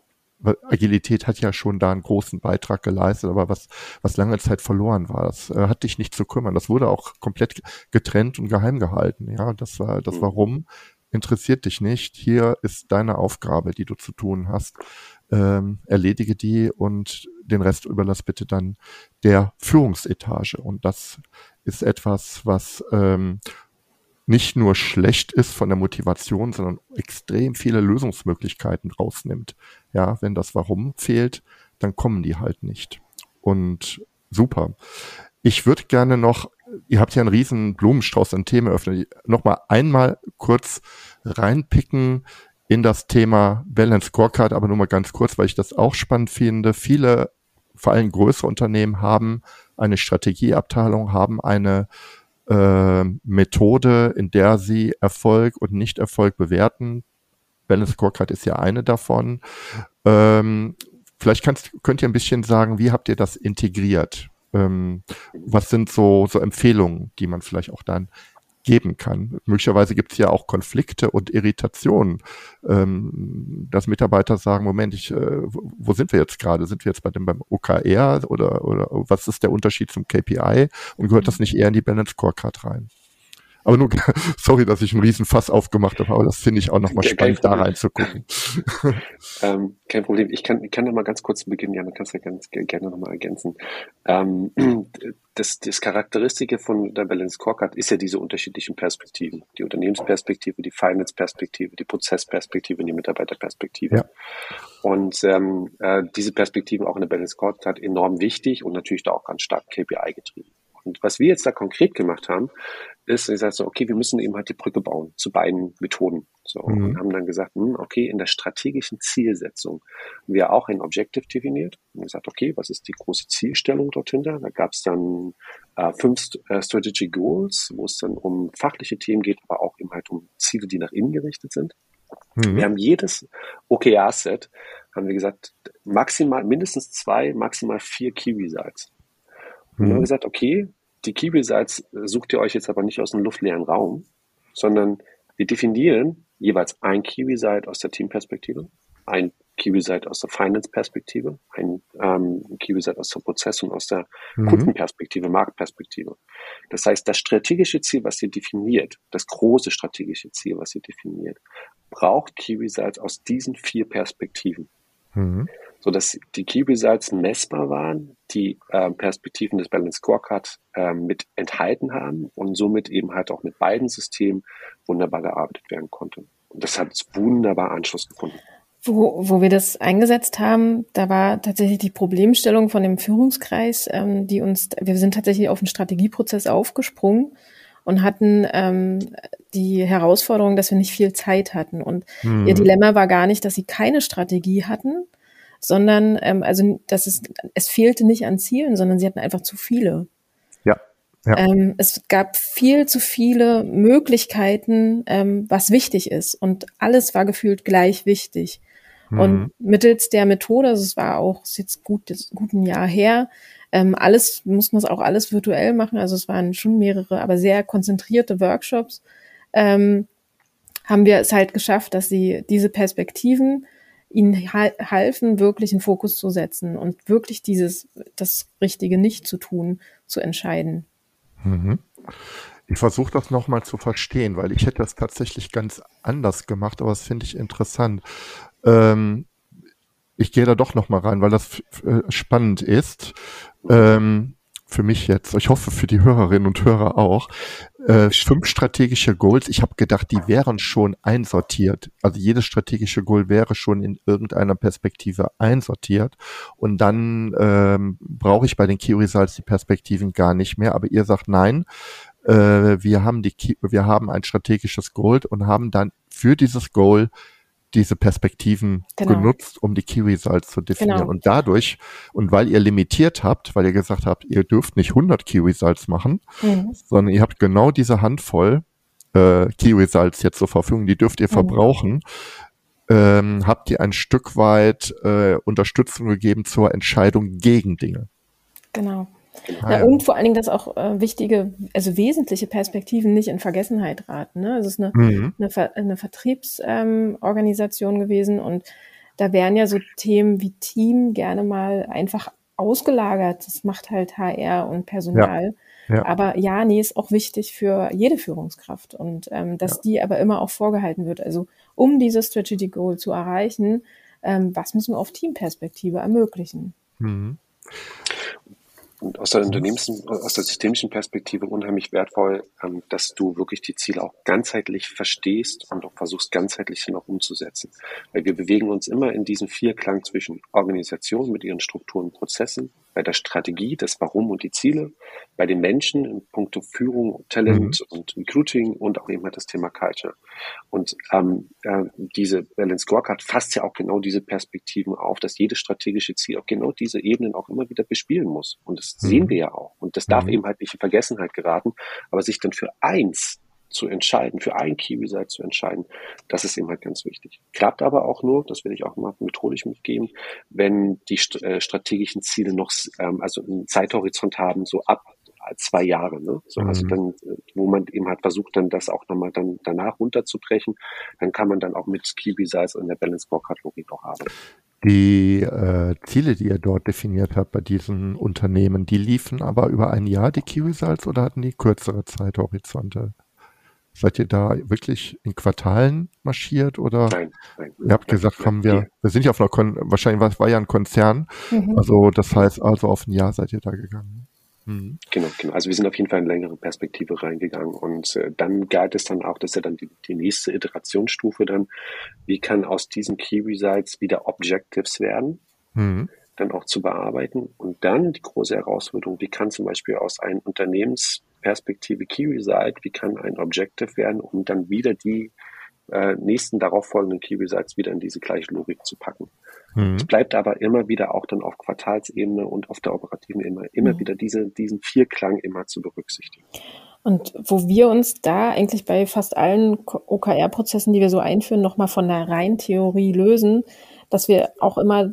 Agilität hat ja schon da einen großen Beitrag geleistet, aber was, was lange Zeit verloren war, das äh, hat dich nicht zu kümmern. Das wurde auch komplett getrennt und geheim gehalten. Ja, das war das Warum. Interessiert dich nicht. Hier ist deine Aufgabe, die du zu tun hast. Ähm, erledige die und den Rest überlass bitte dann der Führungsetage. Und das ist etwas, was ähm, nicht nur schlecht ist von der Motivation, sondern extrem viele Lösungsmöglichkeiten rausnimmt. Ja, wenn das Warum fehlt, dann kommen die halt nicht. Und super. Ich würde gerne noch, ihr habt ja einen riesen Blumenstrauß an Themen eröffnet, noch mal einmal kurz reinpicken in das Thema Balance Scorecard, aber nur mal ganz kurz, weil ich das auch spannend finde. Viele, vor allem größere Unternehmen, haben eine Strategieabteilung, haben eine äh, Methode, in der sie Erfolg und Nicht-Erfolg bewerten. Balance Scorecard ist ja eine davon. Ähm, vielleicht kannst, könnt ihr ein bisschen sagen, wie habt ihr das integriert? Ähm, was sind so, so Empfehlungen, die man vielleicht auch dann geben kann? Möglicherweise gibt es ja auch Konflikte und Irritationen, ähm, dass Mitarbeiter sagen, Moment, ich, äh, wo, wo sind wir jetzt gerade? Sind wir jetzt bei dem beim O K R oder, oder was ist der Unterschied zum K P I und gehört das nicht eher in die Balance Scorecard rein? Aber nur, sorry, dass ich einen riesen Fass aufgemacht habe, aber das finde ich auch nochmal spannend, da reinzugucken. Ähm, kein Problem. Ich kann, ich kann noch mal ganz kurz zu Beginn, ja, du kannst ja ganz gerne nochmal ergänzen. Ähm, das, das Charakteristische von der Balance Scorecard ist ja diese unterschiedlichen Perspektiven. Die Unternehmensperspektive, die Finance-Perspektive, die Prozessperspektive, die Mitarbeiterperspektive. Ja. Und ähm, äh, diese Perspektiven auch in der Balance Scorecard enorm wichtig und natürlich da auch ganz stark K P I getrieben. Und was wir jetzt da konkret gemacht haben, ist, ich sage so, okay, wir müssen eben halt die Brücke bauen zu beiden Methoden. So, mhm. Und haben dann gesagt, hm, okay, in der strategischen Zielsetzung haben wir auch ein Objective definiert und gesagt, okay, was ist die große Zielstellung dort hinter? Da gab es dann äh, fünf äh, Strategy Goals, wo es dann um fachliche Themen geht, aber auch eben halt um Ziele, die nach innen gerichtet sind. Mhm. Wir haben jedes O K R-Set, haben wir gesagt, maximal, mindestens zwei, maximal vier Key Results. Und dann haben wir gesagt, okay, die Key Results sucht ihr euch jetzt aber nicht aus einem luftleeren Raum, sondern wir definieren jeweils ein Key Result aus der Teamperspektive, ein Key Result aus der Finance-Perspektive, ein ähm, Key Result aus der Prozess- und aus der mhm. Kundenperspektive, Marktperspektive. Das heißt, das strategische Ziel, was ihr definiert, das große strategische Ziel, was ihr definiert, braucht Key Results aus diesen vier Perspektiven. Mhm. Sodass die Key Results messbar waren, die äh, Perspektiven des Balance Scorecard äh, mit enthalten haben und somit eben halt auch mit beiden Systemen wunderbar gearbeitet werden konnte. Und das hat wunderbar Anschluss gefunden. Wo, wo wir das eingesetzt haben, da war tatsächlich die Problemstellung von dem Führungskreis, ähm, die uns, wir sind tatsächlich auf den Strategieprozess aufgesprungen und hatten ähm, die Herausforderung, dass wir nicht viel Zeit hatten. Und mhm. ihr Dilemma war gar nicht, dass sie keine Strategie hatten, sondern ähm, also dass es es fehlte nicht an Zielen, sondern sie hatten einfach zu viele. Ja. ja. Ähm, es gab viel zu viele Möglichkeiten, ähm, was wichtig ist, und alles war gefühlt gleich wichtig. Mhm. Und mittels der Methode, also es war auch ist jetzt gut jetzt gut ein Jahr her, ähm, alles mussten das auch alles virtuell machen, also es waren schon mehrere, aber sehr konzentrierte Workshops. Ähm, haben wir es halt geschafft, dass sie diese Perspektiven ihnen halfen, wirklich einen Fokus zu setzen und wirklich dieses, das Richtige nicht zu tun, zu entscheiden. Mhm. Ich versuche das nochmal zu verstehen, weil ich hätte das tatsächlich ganz anders gemacht, aber das finde ich interessant. Ähm, ich gehe da doch nochmal rein, weil das äh, spannend ist. Ähm, für mich jetzt, ich hoffe für die Hörerinnen und Hörer auch, äh, fünf strategische Goals. Ich habe gedacht, die wären schon einsortiert. Also jedes strategische Goal wäre schon in irgendeiner Perspektive einsortiert. Und dann ähm, brauche ich bei den Key Results die Perspektiven gar nicht mehr. Aber ihr sagt nein, äh, wir haben die Key, wir haben ein strategisches Goal und haben dann für dieses Goal diese Perspektiven genau. genutzt, um die Key Results zu definieren. Genau. Und dadurch, und weil ihr limitiert habt, weil ihr gesagt habt, ihr dürft nicht hundert Key Results machen, mhm. sondern ihr habt genau diese Handvoll äh, Key Results jetzt zur Verfügung, die dürft ihr mhm. verbrauchen, ähm, habt ihr ein Stück weit äh, Unterstützung gegeben zur Entscheidung gegen Dinge. Genau. Ah, ja. Und vor allen Dingen, dass auch äh, wichtige, also wesentliche Perspektiven nicht in Vergessenheit raten. Ne? Also es ist eine, mhm. eine, Ver- eine Vertriebsorganisation ähm, gewesen und da wären ja so Themen wie Team gerne mal einfach ausgelagert. Das macht halt H R und Personal. Ja. Ja. Aber ja, nee, ist auch wichtig für jede Führungskraft und ähm, dass ja. die aber immer auch vorgehalten wird. Also um dieses Strategic Goal zu erreichen, ähm, was müssen wir auf Teamperspektive ermöglichen? Mhm. Und aus der Unternehmens-, aus der systemischen Perspektive unheimlich wertvoll, ähm, dass du wirklich die Ziele auch ganzheitlich verstehst und auch versuchst, ganzheitlich dann auch umzusetzen. Weil wir bewegen uns immer in diesem Vierklang zwischen Organisation mit ihren Strukturen und Prozessen, bei der Strategie, das Warum und die Ziele, bei den Menschen in puncto Führung, Talent mhm. und Recruiting und auch eben halt das Thema Culture. Und ähm, äh, diese Balanced Scorecard fasst ja auch genau diese Perspektiven auf, dass jedes strategische Ziel auch genau diese Ebenen auch immer wieder bespielen muss. Und das mhm. sehen wir ja auch. Und das darf mhm. eben halt nicht in Vergessenheit geraten, aber sich dann für eins zu entscheiden, für ein Key Result zu entscheiden, das ist eben halt ganz wichtig. Klappt aber auch nur, das will ich auch mal methodisch mitgeben, wenn die st- äh, strategischen Ziele noch, ähm, also einen Zeithorizont haben, so ab zwei Jahre, ne? So, mhm. also dann, wo man eben halt versucht, dann das auch nochmal dann danach runterzubrechen, dann kann man dann auch mit Key Results in der Balanced Scorecard-Logik auch arbeiten. Die äh, Ziele, die ihr dort definiert habt bei diesen Unternehmen, die liefen aber über ein Jahr, die Key Results, oder hatten die kürzere Zeithorizonte? Seid ihr da wirklich in Quartalen marschiert oder? Nein, nein. Ihr habt nein, gesagt, nein, kommen wir, nein. wir sind ja auf einer, Kon- wahrscheinlich war, war ja ein Konzern, mhm. also das heißt also auf ein Jahr seid ihr da gegangen. Mhm. Genau, genau. Also wir sind auf jeden Fall in längere Perspektive reingegangen und äh, dann galt es dann auch, das ist ja dann die, die nächste Iterationsstufe dann, wie kann aus diesen Key Results wieder Objectives werden, mhm. dann auch zu bearbeiten und dann die große Herausforderung, wie kann zum Beispiel aus einem Unternehmensperspektive Key Result, wie kann ein Objective werden, um dann wieder die äh, nächsten darauffolgenden Key Results wieder in diese gleiche Logik zu packen. Mhm. Es bleibt aber immer wieder auch dann auf Quartalsebene und auf der operativen Ebene immer mhm. wieder diese, diesen Vierklang immer zu berücksichtigen. Und wo wir uns da eigentlich bei fast allen O K R-Prozessen, die wir so einführen, nochmal von der reinen Theorie lösen, dass wir auch immer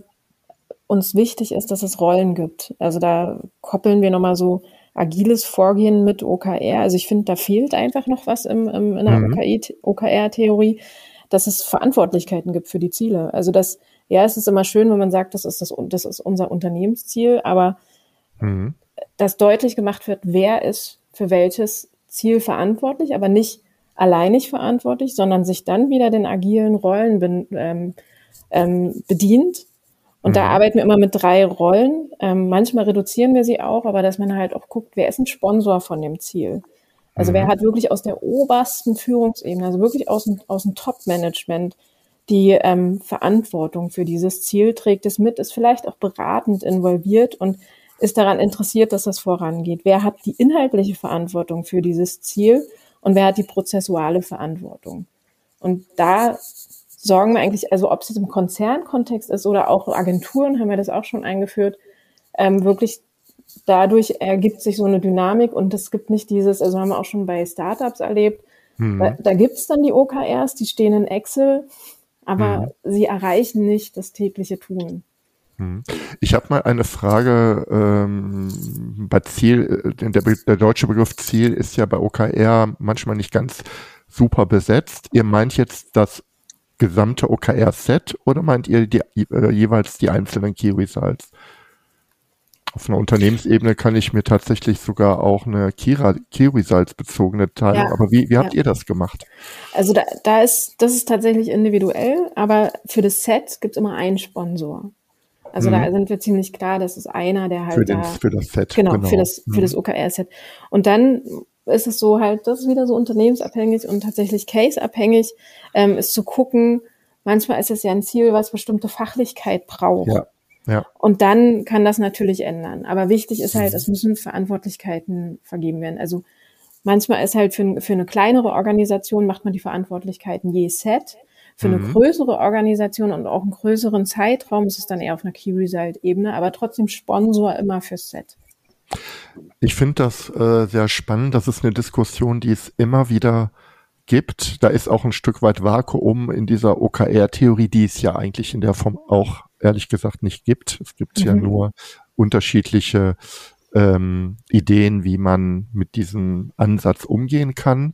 uns wichtig ist, dass es Rollen gibt. Also da koppeln wir nochmal so agiles Vorgehen mit O K R. Also ich finde, da fehlt einfach noch was im, im, in der mhm. O K R-Theorie, dass es Verantwortlichkeiten gibt für die Ziele. Also das, ja, es ist immer schön, wenn man sagt, das ist, das, das ist unser Unternehmensziel, aber mhm. dass deutlich gemacht wird, wer ist für welches Ziel verantwortlich, aber nicht alleinig verantwortlich, sondern sich dann wieder den agilen Rollen be, ähm, ähm, bedient. Und mhm. da arbeiten wir immer mit drei Rollen. Ähm, manchmal reduzieren wir sie auch, aber dass man halt auch guckt, wer ist ein Sponsor von dem Ziel? Also mhm. wer hat wirklich aus der obersten Führungsebene, also wirklich aus dem, aus dem Top-Management, die ähm, Verantwortung für dieses Ziel, trägt es mit, ist vielleicht auch beratend involviert und ist daran interessiert, dass das vorangeht. Wer hat die inhaltliche Verantwortung für dieses Ziel und wer hat die prozessuale Verantwortung? Und da sorgen wir eigentlich, also ob es jetzt im Konzernkontext ist oder auch Agenturen, haben wir das auch schon eingeführt, ähm, wirklich dadurch ergibt sich so eine Dynamik und es gibt nicht dieses, also haben wir auch schon bei Startups erlebt, mhm. da, da gibt es dann die O K Rs, die stehen in Excel, aber mhm. sie erreichen nicht das tägliche Tun. Ich habe mal eine Frage ähm, bei Ziel, der, der deutsche Begriff Ziel ist ja bei O K R manchmal nicht ganz super besetzt. Ihr meint jetzt das gesamte O K R-Set oder meint ihr die, äh, jeweils die einzelnen Key Results? Auf einer Unternehmensebene kann ich mir tatsächlich sogar auch eine Key, Key Results bezogene Teilung, ja. aber wie, wie habt ja. ihr das gemacht? Also da, da ist, das ist tatsächlich individuell, aber für das Set gibt es immer einen Sponsor. Also Mhm. da sind wir ziemlich klar, das ist einer, der halt Für, den, da, für das Set. genau, genau. für das, für Mhm. das O K R-Set. Und dann ist es so halt, das ist wieder so unternehmensabhängig und tatsächlich caseabhängig, ähm, ist zu gucken, manchmal ist es ja ein Ziel, was bestimmte Fachlichkeit braucht. Ja, ja. Und dann kann das natürlich ändern. Aber wichtig ist halt, Mhm. es müssen Verantwortlichkeiten vergeben werden. Also manchmal ist halt für, für eine kleinere Organisation macht man die Verantwortlichkeiten je Set. Für eine Mhm. größere Organisation und auch einen größeren Zeitraum ist es dann eher auf einer Key-Result-Ebene, aber trotzdem Sponsor immer fürs Set. Ich finde das äh, sehr spannend. Das ist eine Diskussion, die es immer wieder gibt. Da ist auch ein Stück weit Vakuum in dieser O K R-Theorie, die es ja eigentlich in der Form auch ehrlich gesagt nicht gibt. Es gibt Mhm. ja nur unterschiedliche ähm, Ideen, wie man mit diesem Ansatz umgehen kann.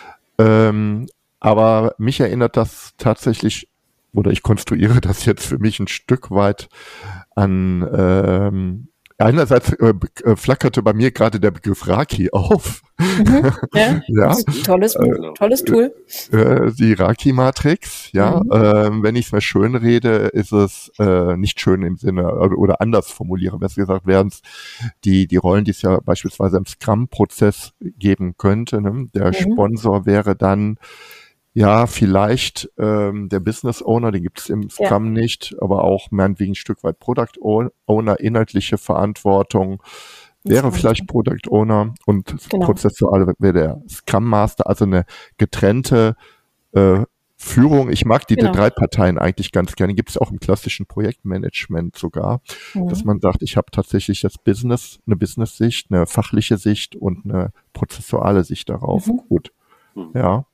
Ähm, aber mich erinnert das tatsächlich, oder ich konstruiere das jetzt für mich ein Stück weit an, ähm, einerseits äh, äh, flackerte bei mir gerade der Begriff Raki auf. Mhm. Ja, Ja, tolles, Genau. tolles Tool. äh, die Raki-Matrix, ja. Mhm. Ähm, wenn ich es mir schön rede, ist es äh, nicht schön im Sinne, oder, oder anders formuliere, besser gesagt, wären es die, die Rollen, die es ja beispielsweise im Scrum-Prozess geben könnte. Ne? Der Mhm. Sponsor wäre dann ja vielleicht ähm, der Business Owner, den gibt es im Ja. Scrum nicht, aber auch meinetwegen ein Stück weit Product Owner, inhaltliche Verantwortung wäre Scrum vielleicht Product Owner und Genau. prozessual wäre der Scrum Master, also eine getrennte äh, Führung. Ich mag die Genau. drei Parteien eigentlich ganz gerne. Gibt es auch im klassischen Projektmanagement sogar, Mhm. dass man sagt, ich habe tatsächlich das Business, eine Business-Sicht, eine fachliche Sicht und eine prozessuale Sicht darauf. Mhm. Gut, Mhm. ja,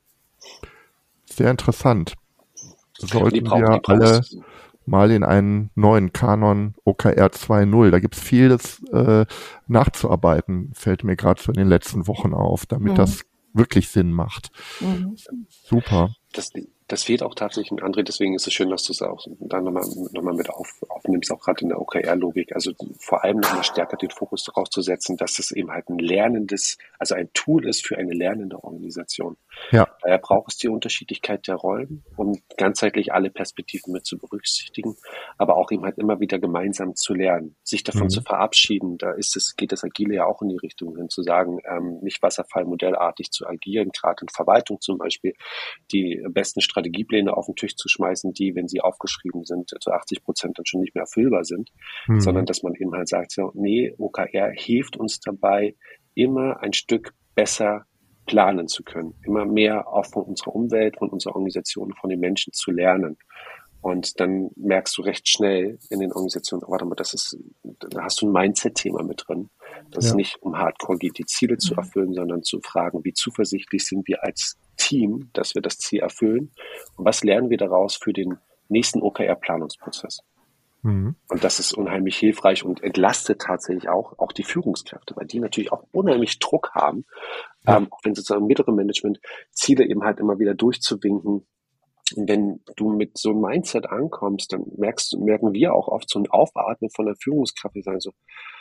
sehr interessant. Die Sollten braucht, wir die alle brauchst mal in einen neuen Kanon O K R zwei Punkt null. Da gibt es vieles äh, nachzuarbeiten, fällt mir gerade so in den letzten Wochen auf, damit Mhm. das wirklich Sinn macht. Mhm. Super. Das, das fehlt auch tatsächlich, André, deswegen ist es schön, dass du es auch da nochmal noch mal mit auf, aufnimmst, auch gerade in der O K R-Logik. Also vor allem nochmal stärker den Fokus darauf zu setzen, dass es eben halt ein lernendes, also ein Tool ist für eine lernende Organisation. Ja. Daher braucht es die Unterschiedlichkeit der Rollen, um ganzheitlich alle Perspektiven mit zu berücksichtigen, aber auch eben halt immer wieder gemeinsam zu lernen, sich davon Mhm. zu verabschieden. Da ist es, geht das Agile ja auch in die Richtung hin, zu sagen, ähm, nicht wasserfallmodellartig zu agieren, gerade in Verwaltung zum Beispiel, die besten Strategiepläne auf den Tisch zu schmeißen, die, wenn sie aufgeschrieben sind, zu achtzig Prozent dann schon nicht mehr erfüllbar sind, Mhm. sondern dass man eben halt sagt, so, nee, O K R hilft uns dabei, immer ein Stück besser planen zu können, immer mehr auch von unserer Umwelt, von unserer Organisation, von den Menschen zu lernen. Und dann merkst du recht schnell in den Organisationen, warte mal, das ist, da hast du ein Mindset-Thema mit drin, dass Ja. es nicht um Hardcore geht, die Ziele zu erfüllen, sondern zu fragen, wie zuversichtlich sind wir als Team, dass wir das Ziel erfüllen und was lernen wir daraus für den nächsten O K R-Planungsprozess. Mhm. Und das ist unheimlich hilfreich und entlastet tatsächlich auch, auch die Führungskräfte, weil die natürlich auch unheimlich Druck haben, Ja. ähm, auch wenn sozusagen im mittleren Management Ziele eben halt immer wieder durchzuwinken. Und wenn du mit so einem Mindset ankommst, dann merkst, merken wir auch oft so ein Aufatmen von der Führungskraft, die sagen so,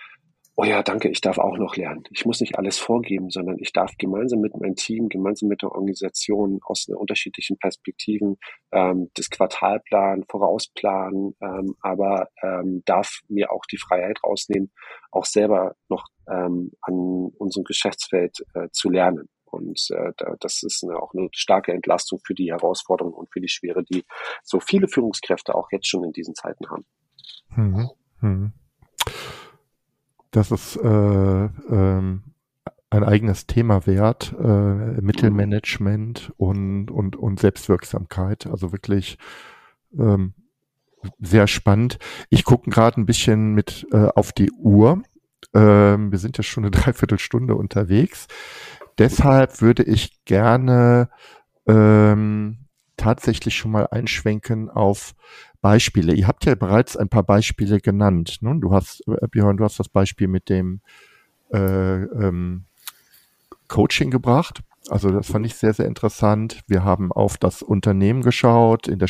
oh ja, danke, ich darf auch noch lernen. Ich muss nicht alles vorgeben, sondern ich darf gemeinsam mit meinem Team, gemeinsam mit der Organisation aus einer unterschiedlichen Perspektiven ähm, das Quartalplan, vorausplanen, ähm, aber ähm, darf mir auch die Freiheit rausnehmen, auch selber noch ähm, an unserem Geschäftsfeld äh, zu lernen. Und äh, da, das ist eine, auch eine starke Entlastung für die Herausforderungen und für die Schwere, die so viele Führungskräfte auch jetzt schon in diesen Zeiten haben. Mhm. Mhm. Das ist äh, ähm, ein eigenes Thema wert, äh, Mittelmanagement und, und, und Selbstwirksamkeit. Also wirklich ähm, sehr spannend. Ich gucke gerade ein bisschen mit äh, auf die Uhr. Ähm, wir sind ja schon eine Dreiviertelstunde unterwegs. Deshalb würde ich gerne ähm, tatsächlich schon mal einschwenken auf Beispiele. Ihr habt ja bereits ein paar Beispiele genannt. Ne? Du hast, äh, Björn, du hast das Beispiel mit dem äh, ähm, Coaching gebracht. Also das fand ich sehr, sehr interessant. Wir haben auf das Unternehmen geschaut, in der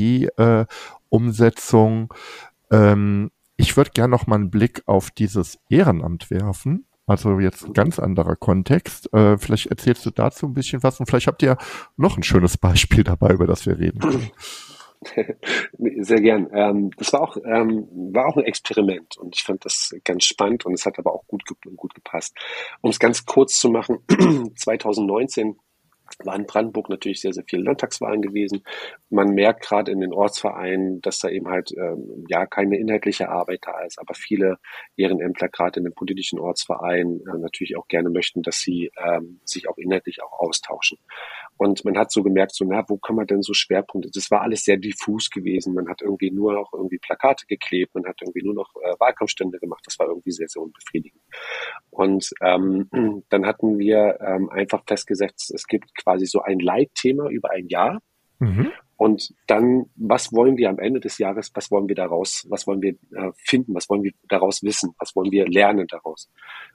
Strategieumsetzung. Äh, ähm, ich würde gerne noch mal einen Blick auf dieses Ehrenamt werfen. Also jetzt ein ganz anderer Kontext. Äh, vielleicht erzählst du dazu ein bisschen was und vielleicht habt ihr noch ein schönes Beispiel dabei, über das wir reden können. Sehr gern. Ähm, das war auch, ähm, war auch ein Experiment und ich fand das ganz spannend und es hat aber auch gut, ge- gut gepasst. Um es ganz kurz zu machen, zwanzig neunzehn waren in Brandenburg natürlich sehr, sehr viele Landtagswahlen gewesen. Man merkt gerade in den Ortsvereinen, dass da eben halt ähm, ja keine inhaltliche Arbeit da ist, aber viele Ehrenämtler gerade in den politischen Ortsvereinen äh, natürlich auch gerne möchten, dass sie ähm, sich auch inhaltlich auch austauschen. Und man hat so gemerkt, so, na, wo kann man denn so Schwerpunkte? Das war alles sehr diffus gewesen. Man hat irgendwie nur noch irgendwie Plakate geklebt, man hat irgendwie nur noch äh, Wahlkampfstände gemacht. Das war irgendwie sehr, sehr unbefriedigend. Und ähm, dann hatten wir ähm, einfach festgesetzt, es gibt quasi so ein Leitthema über ein Jahr. Mhm. Und dann, was wollen wir am Ende des Jahres, was wollen wir daraus, was wollen wir äh, finden, was wollen wir daraus wissen, was wollen wir lernen daraus?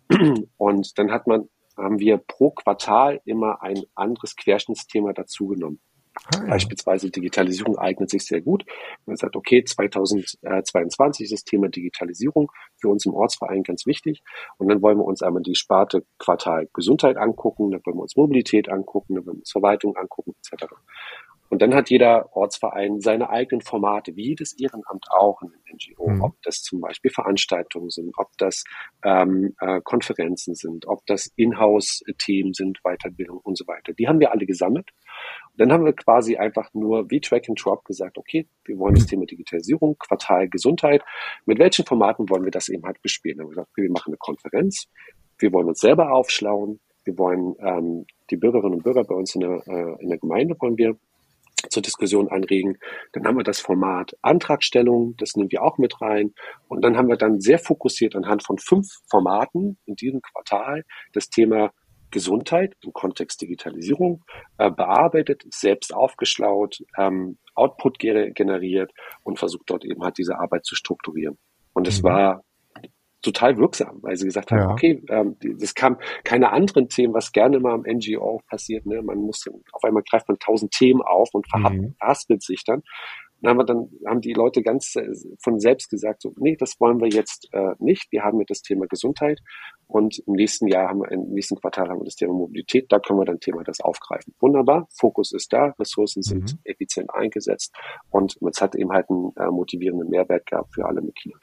Und dann hat man, haben wir pro Quartal immer ein anderes Querschnittsthema dazugenommen. Ah, ja. Beispielsweise Digitalisierung eignet sich sehr gut. Man sagt, okay, zwanzig zweiundzwanzig ist das Thema Digitalisierung für uns im Ortsverein ganz wichtig. Und dann wollen wir uns einmal die Sparte Quartal Gesundheit angucken, dann wollen wir uns Mobilität angucken, dann wollen wir uns Verwaltung angucken, et cetera. Und dann hat jeder Ortsverein seine eigenen Formate, wie jedes Ehrenamt auch in den N G O, Mhm. ob das zum Beispiel Veranstaltungen sind, ob das ähm, äh, Konferenzen sind, ob das Inhouse-Themen sind, Weiterbildung und so weiter. Die haben wir alle gesammelt. Und dann haben wir quasi einfach nur wie Track and Drop gesagt, okay, wir wollen das Thema Digitalisierung, Quartal Gesundheit. Mit welchen Formaten wollen wir das eben halt bespielen? Dann haben wir gesagt, okay, wir machen eine Konferenz, wir wollen uns selber aufschlauen, wir wollen ähm, die Bürgerinnen und Bürger bei uns in der, äh, in der Gemeinde wollen wir zur Diskussion anregen. Dann haben wir das Format Antragstellung, das nehmen wir auch mit rein. Und dann haben wir dann sehr fokussiert anhand von fünf Formaten in diesem Quartal das Thema Gesundheit im Kontext Digitalisierung äh, bearbeitet, selbst aufgeschlaut, ähm, Output generiert und versucht dort eben halt diese Arbeit zu strukturieren. Und es Mhm. war total wirksam, weil sie gesagt haben, Ja. okay, ähm, das kam keine anderen Themen, was gerne mal am N G O passiert. Ne? Man muss auf einmal greift man tausend Themen auf und Mhm. verhaspelt sich dann. Dann haben wir dann haben die Leute ganz äh, von selbst gesagt, so, nee, das wollen wir jetzt äh, nicht. Wir haben jetzt das Thema Gesundheit und im nächsten Jahr haben wir, im nächsten Quartal haben wir das Thema Mobilität. Da können wir dann Thema das aufgreifen. Wunderbar, Fokus ist da, Ressourcen sind Mhm. effizient eingesetzt und es hat eben halt einen äh, motivierenden Mehrwert gehabt für alle Mitglieder.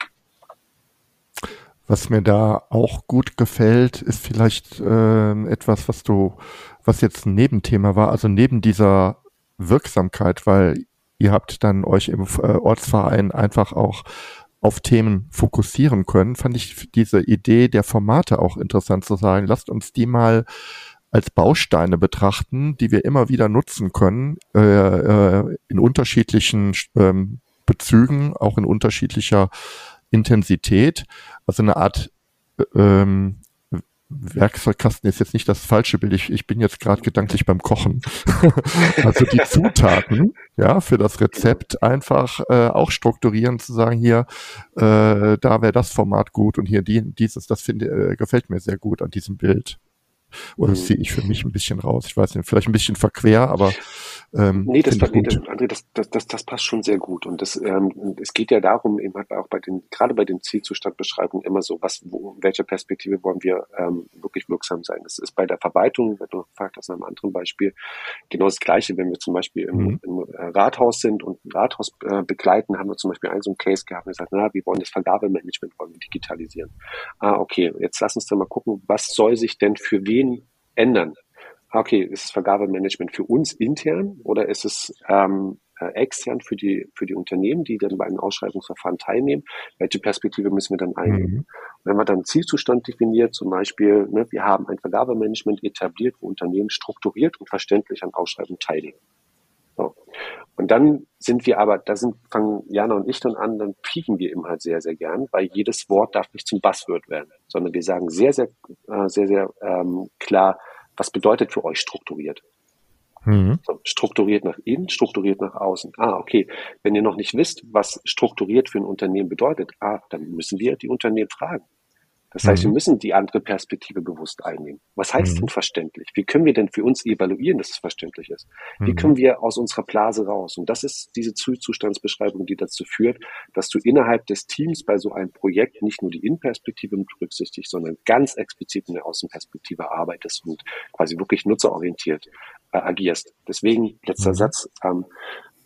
Was mir da auch gut gefällt, ist vielleicht äh, etwas, was du, was jetzt ein Nebenthema war, also neben dieser Wirksamkeit, weil ihr habt dann euch im äh, Ortsverein einfach auch auf Themen fokussieren können, fand ich diese Idee der Formate auch interessant zu sagen. Lasst uns die mal als Bausteine betrachten, die wir immer wieder nutzen können, äh, äh, in unterschiedlichen ähm, Bezügen, auch in unterschiedlicher Intensität. Also eine Art ähm, Werkzeugkasten ist jetzt nicht das falsche Bild. Ich, ich bin jetzt gerade gedanklich beim Kochen. Also die Zutaten, ja, für das Rezept einfach äh, auch strukturieren, zu sagen, hier, äh, da wäre das Format gut und hier die, dieses, das finde, äh, gefällt mir sehr gut an diesem Bild. Oder das ziehe ich für mich ein bisschen raus. Ich weiß nicht, vielleicht ein bisschen verquer, aber ähm, Nee, das, finde ich nee, gut. das, André, das, das, das, das passt schon sehr gut. Und das, ähm, es geht ja darum, eben halt auch bei den, gerade bei den Zielzustandbeschreibungen immer so, was, wo, in welcher Perspektive wollen wir ähm, wirklich wirksam sein. Das ist bei der Verwaltung, wenn du gefragt hast, nach einem anderen Beispiel, genau das Gleiche. Wenn wir zum Beispiel im, Mhm. im Rathaus sind und ein Rathaus äh, begleiten, haben wir zum Beispiel einen so einen Case gehabt und gesagt, na, wir wollen das Vergabemanagement wollen wir digitalisieren. Ah, okay, jetzt lass uns dann mal gucken, was soll sich denn für wen ändern? Okay, ist das Vergabemanagement für uns intern oder ist es ähm, äh, extern für die für die Unternehmen, die dann bei einem Ausschreibungsverfahren teilnehmen? Welche Perspektive müssen wir dann einnehmen? Mhm. Wenn man dann einen Zielzustand definiert, zum Beispiel, ne, wir haben ein Vergabemanagement etabliert, wo Unternehmen strukturiert und verständlich an Ausschreibungen teilnehmen. So. Und dann sind wir aber, da sind, fangen Jana und ich dann an, dann pieken wir eben halt sehr, sehr gern, weil jedes Wort darf nicht zum Buzzword werden, sondern wir sagen sehr, sehr, äh, sehr, sehr ähm, klar, was bedeutet für euch strukturiert? Mhm. So, strukturiert nach innen, strukturiert nach außen. Ah, okay. Wenn ihr noch nicht wisst, was strukturiert für ein Unternehmen bedeutet, ah, dann müssen wir die Unternehmen fragen. Das heißt, wir Mhm. müssen die andere Perspektive bewusst einnehmen. Was heißt denn Mhm. verständlich? Wie können wir denn für uns evaluieren, dass es verständlich ist? Wie Mhm. können wir aus unserer Blase raus? Und das ist diese Zustandsbeschreibung, die dazu führt, dass du innerhalb des Teams bei so einem Projekt nicht nur die Innenperspektive berücksichtigst, sondern ganz explizit in der Außenperspektive arbeitest und quasi wirklich nutzerorientiert äh, agierst. Deswegen, letzter Mhm. Satz, ähm,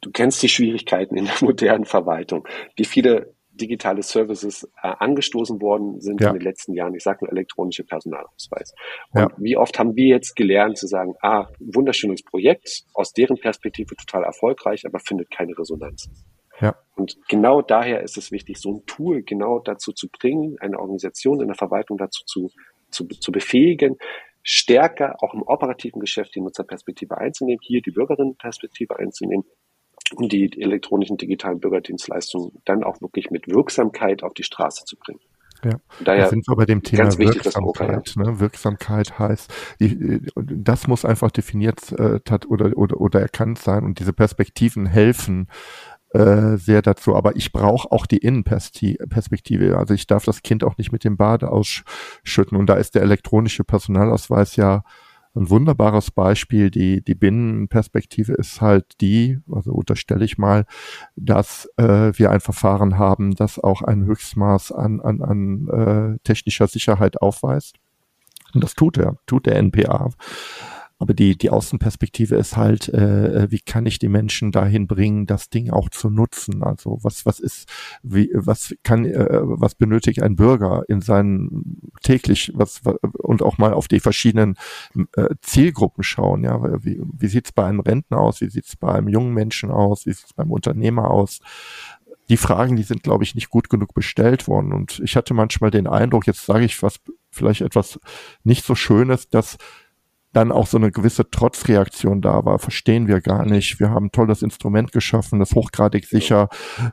du kennst die Schwierigkeiten in der modernen Verwaltung, wie viele digitale Services äh, angestoßen worden sind Ja. in den letzten Jahren. Ich sage nur elektronische Personalausweis. Und Ja. wie oft haben wir jetzt gelernt zu sagen, ah, wunderschönes Projekt, aus deren Perspektive total erfolgreich, aber findet keine Resonanz. Ja. Und genau daher ist es wichtig, so ein Tool genau dazu zu bringen, eine Organisation in der Verwaltung dazu zu, zu, zu befähigen, stärker auch im operativen Geschäft die Nutzerperspektive einzunehmen, hier die Bürgerinnenperspektive einzunehmen und die elektronischen digitalen Bürgerdienstleistungen dann auch wirklich mit Wirksamkeit auf die Straße zu bringen. Ja, daher da sind wir bei dem Thema ganz wichtig, das Wirksamkeit. Ne? Wirksamkeit heißt, die, das muss einfach definiert äh, oder, oder, oder erkannt sein und diese Perspektiven helfen äh, sehr dazu. Aber ich brauche auch die Innenperspektive. Also ich darf das Kind auch nicht mit dem Bade ausschütten. Und da ist der elektronische Personalausweis ja ein wunderbares Beispiel. Die, die Binnenperspektive ist halt die, also unterstelle ich mal, dass äh, wir ein Verfahren haben, das auch ein Höchstmaß an, an, an äh, technischer Sicherheit aufweist. Und das tut er, tut der N P A. Aber die, die Außenperspektive ist halt, äh, wie kann ich die Menschen dahin bringen, das Ding auch zu nutzen? Also was, was ist, wie, was kann, äh, was benötigt ein Bürger in seinen täglich, was, und auch mal auf die verschiedenen äh, Zielgruppen schauen, ja, wie, wie sieht's bei einem Rentner aus? Wie sieht's bei einem jungen Menschen aus? Wie sieht's beim Unternehmer aus? Die Fragen, die sind, glaube ich, nicht gut genug bestellt worden. Und ich hatte manchmal den Eindruck, jetzt sage ich was, vielleicht etwas nicht so Schönes, dass dann auch so eine gewisse Trotzreaktion da war. Verstehen wir gar nicht. Wir haben ein tolles Instrument geschaffen, das ist hochgradig sicher.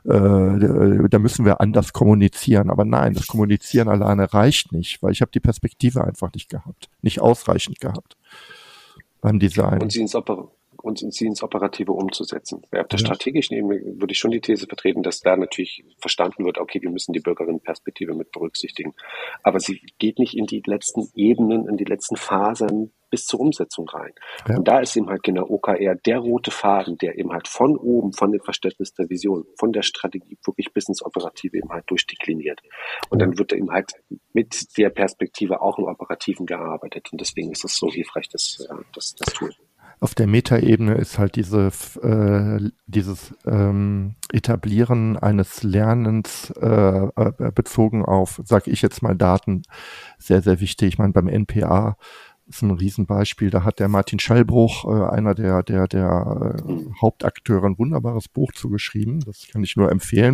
Äh, da müssen wir anders kommunizieren. Aber nein, das Kommunizieren alleine reicht nicht, weil ich habe die Perspektive einfach nicht gehabt, nicht ausreichend gehabt beim Design. Und sie ins, Oper- und sie ins Operative umzusetzen. Auf der Ja. strategischen Ebene würde ich schon die These vertreten, dass da natürlich verstanden wird, okay, wir müssen die Bürgerinnenperspektive mit berücksichtigen. Aber sie geht nicht in die letzten Ebenen, in die letzten Phasen bis zur Umsetzung rein. Ja. Und da ist eben halt genau O K R der rote Faden, der eben halt von oben, von dem Verständnis der Vision, von der Strategie wirklich bis ins Operative eben halt durchdekliniert. Und Ja. dann wird eben halt mit der Perspektive auch im Operativen gearbeitet. Und deswegen ist es so hilfreich, das, das, das Tool. Auf der Metaebene ist halt diese, äh, dieses ähm, Etablieren eines Lernens äh, äh, bezogen auf, sage ich jetzt mal, Daten sehr, sehr wichtig. Ich meine, beim N P A ist ein Riesenbeispiel. Da hat der Martin Schallbruch, äh, einer der, der, der äh, Hauptakteure, ein wunderbares Buch zugeschrieben. Das kann ich nur empfehlen,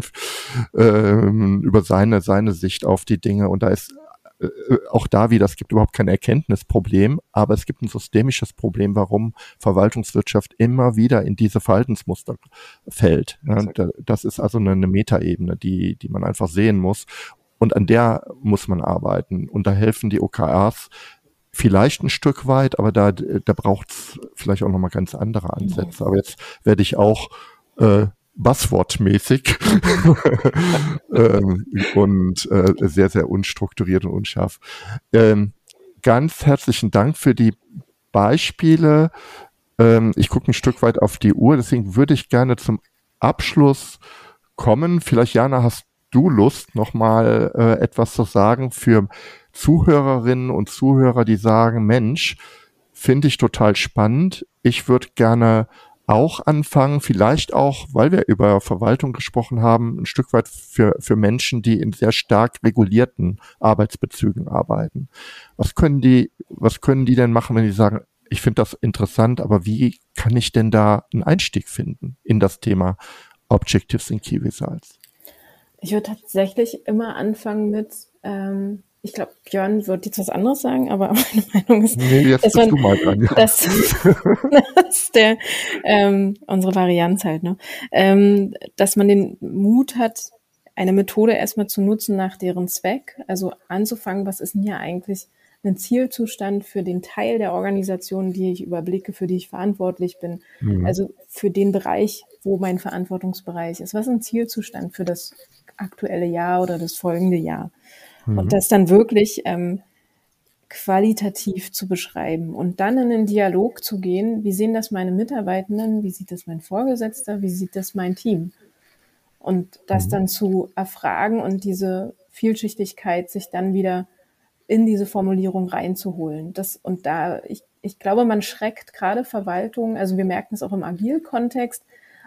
äh, über seine, seine Sicht auf die Dinge. Und da ist auch da wieder, es gibt überhaupt kein Erkenntnisproblem, aber es gibt ein systemisches Problem, warum Verwaltungswirtschaft immer wieder in diese Verhaltensmuster fällt. Ja, das ist also eine, eine Metaebene, die, die man einfach sehen muss. Und an der muss man arbeiten. Und da helfen die O K Rs vielleicht ein Stück weit, aber da, da braucht es vielleicht auch nochmal ganz andere Ansätze. Aber jetzt werde ich auch äh, Buzzword-mäßig ähm, und äh, sehr, sehr unstrukturiert und unscharf. Ähm, ganz herzlichen Dank für die Beispiele. Ähm, ich gucke ein Stück weit auf die Uhr, deswegen würde ich gerne zum Abschluss kommen. Vielleicht, Jana, hast du Lust, nochmal äh, etwas zu sagen für Zuhörerinnen und Zuhörer, die sagen, Mensch, finde ich total spannend. Ich würde gerne auch anfangen, vielleicht auch, weil wir über Verwaltung gesprochen haben, ein Stück weit für, für Menschen, die in sehr stark regulierten Arbeitsbezügen arbeiten. Was können die, was können die denn machen, wenn die sagen, ich finde das interessant, aber wie kann ich denn da einen Einstieg finden in das Thema Objectives in Key Results? Ich würde tatsächlich immer anfangen mit, ähm, ich glaube, Björn wird jetzt was anderes sagen, aber meine Meinung ist, nee, jetzt dass, bist man, du mal dran, ja. dass, dass der, ähm, unsere Varianz halt, ne, ähm, dass man den Mut hat, eine Methode erstmal zu nutzen nach deren Zweck, also anzufangen, was ist denn hier eigentlich ein Zielzustand für den Teil der Organisation, die ich überblicke, für die ich verantwortlich bin, mhm. also für den Bereich, wo mein Verantwortungsbereich ist. Was ist ein Zielzustand für das aktuelle Jahr oder das folgende Jahr? Mhm. Und das dann wirklich ähm, qualitativ zu beschreiben und dann in den Dialog zu gehen, wie sehen das meine Mitarbeitenden, wie sieht das mein Vorgesetzter, wie sieht das mein Team? Und das mhm. dann zu erfragen und diese Vielschichtigkeit sich dann wieder in diese Formulierung reinzuholen. Das, und da, ich, ich glaube, man schreckt gerade Verwaltung, also wir merken es auch im Agil-Kontext,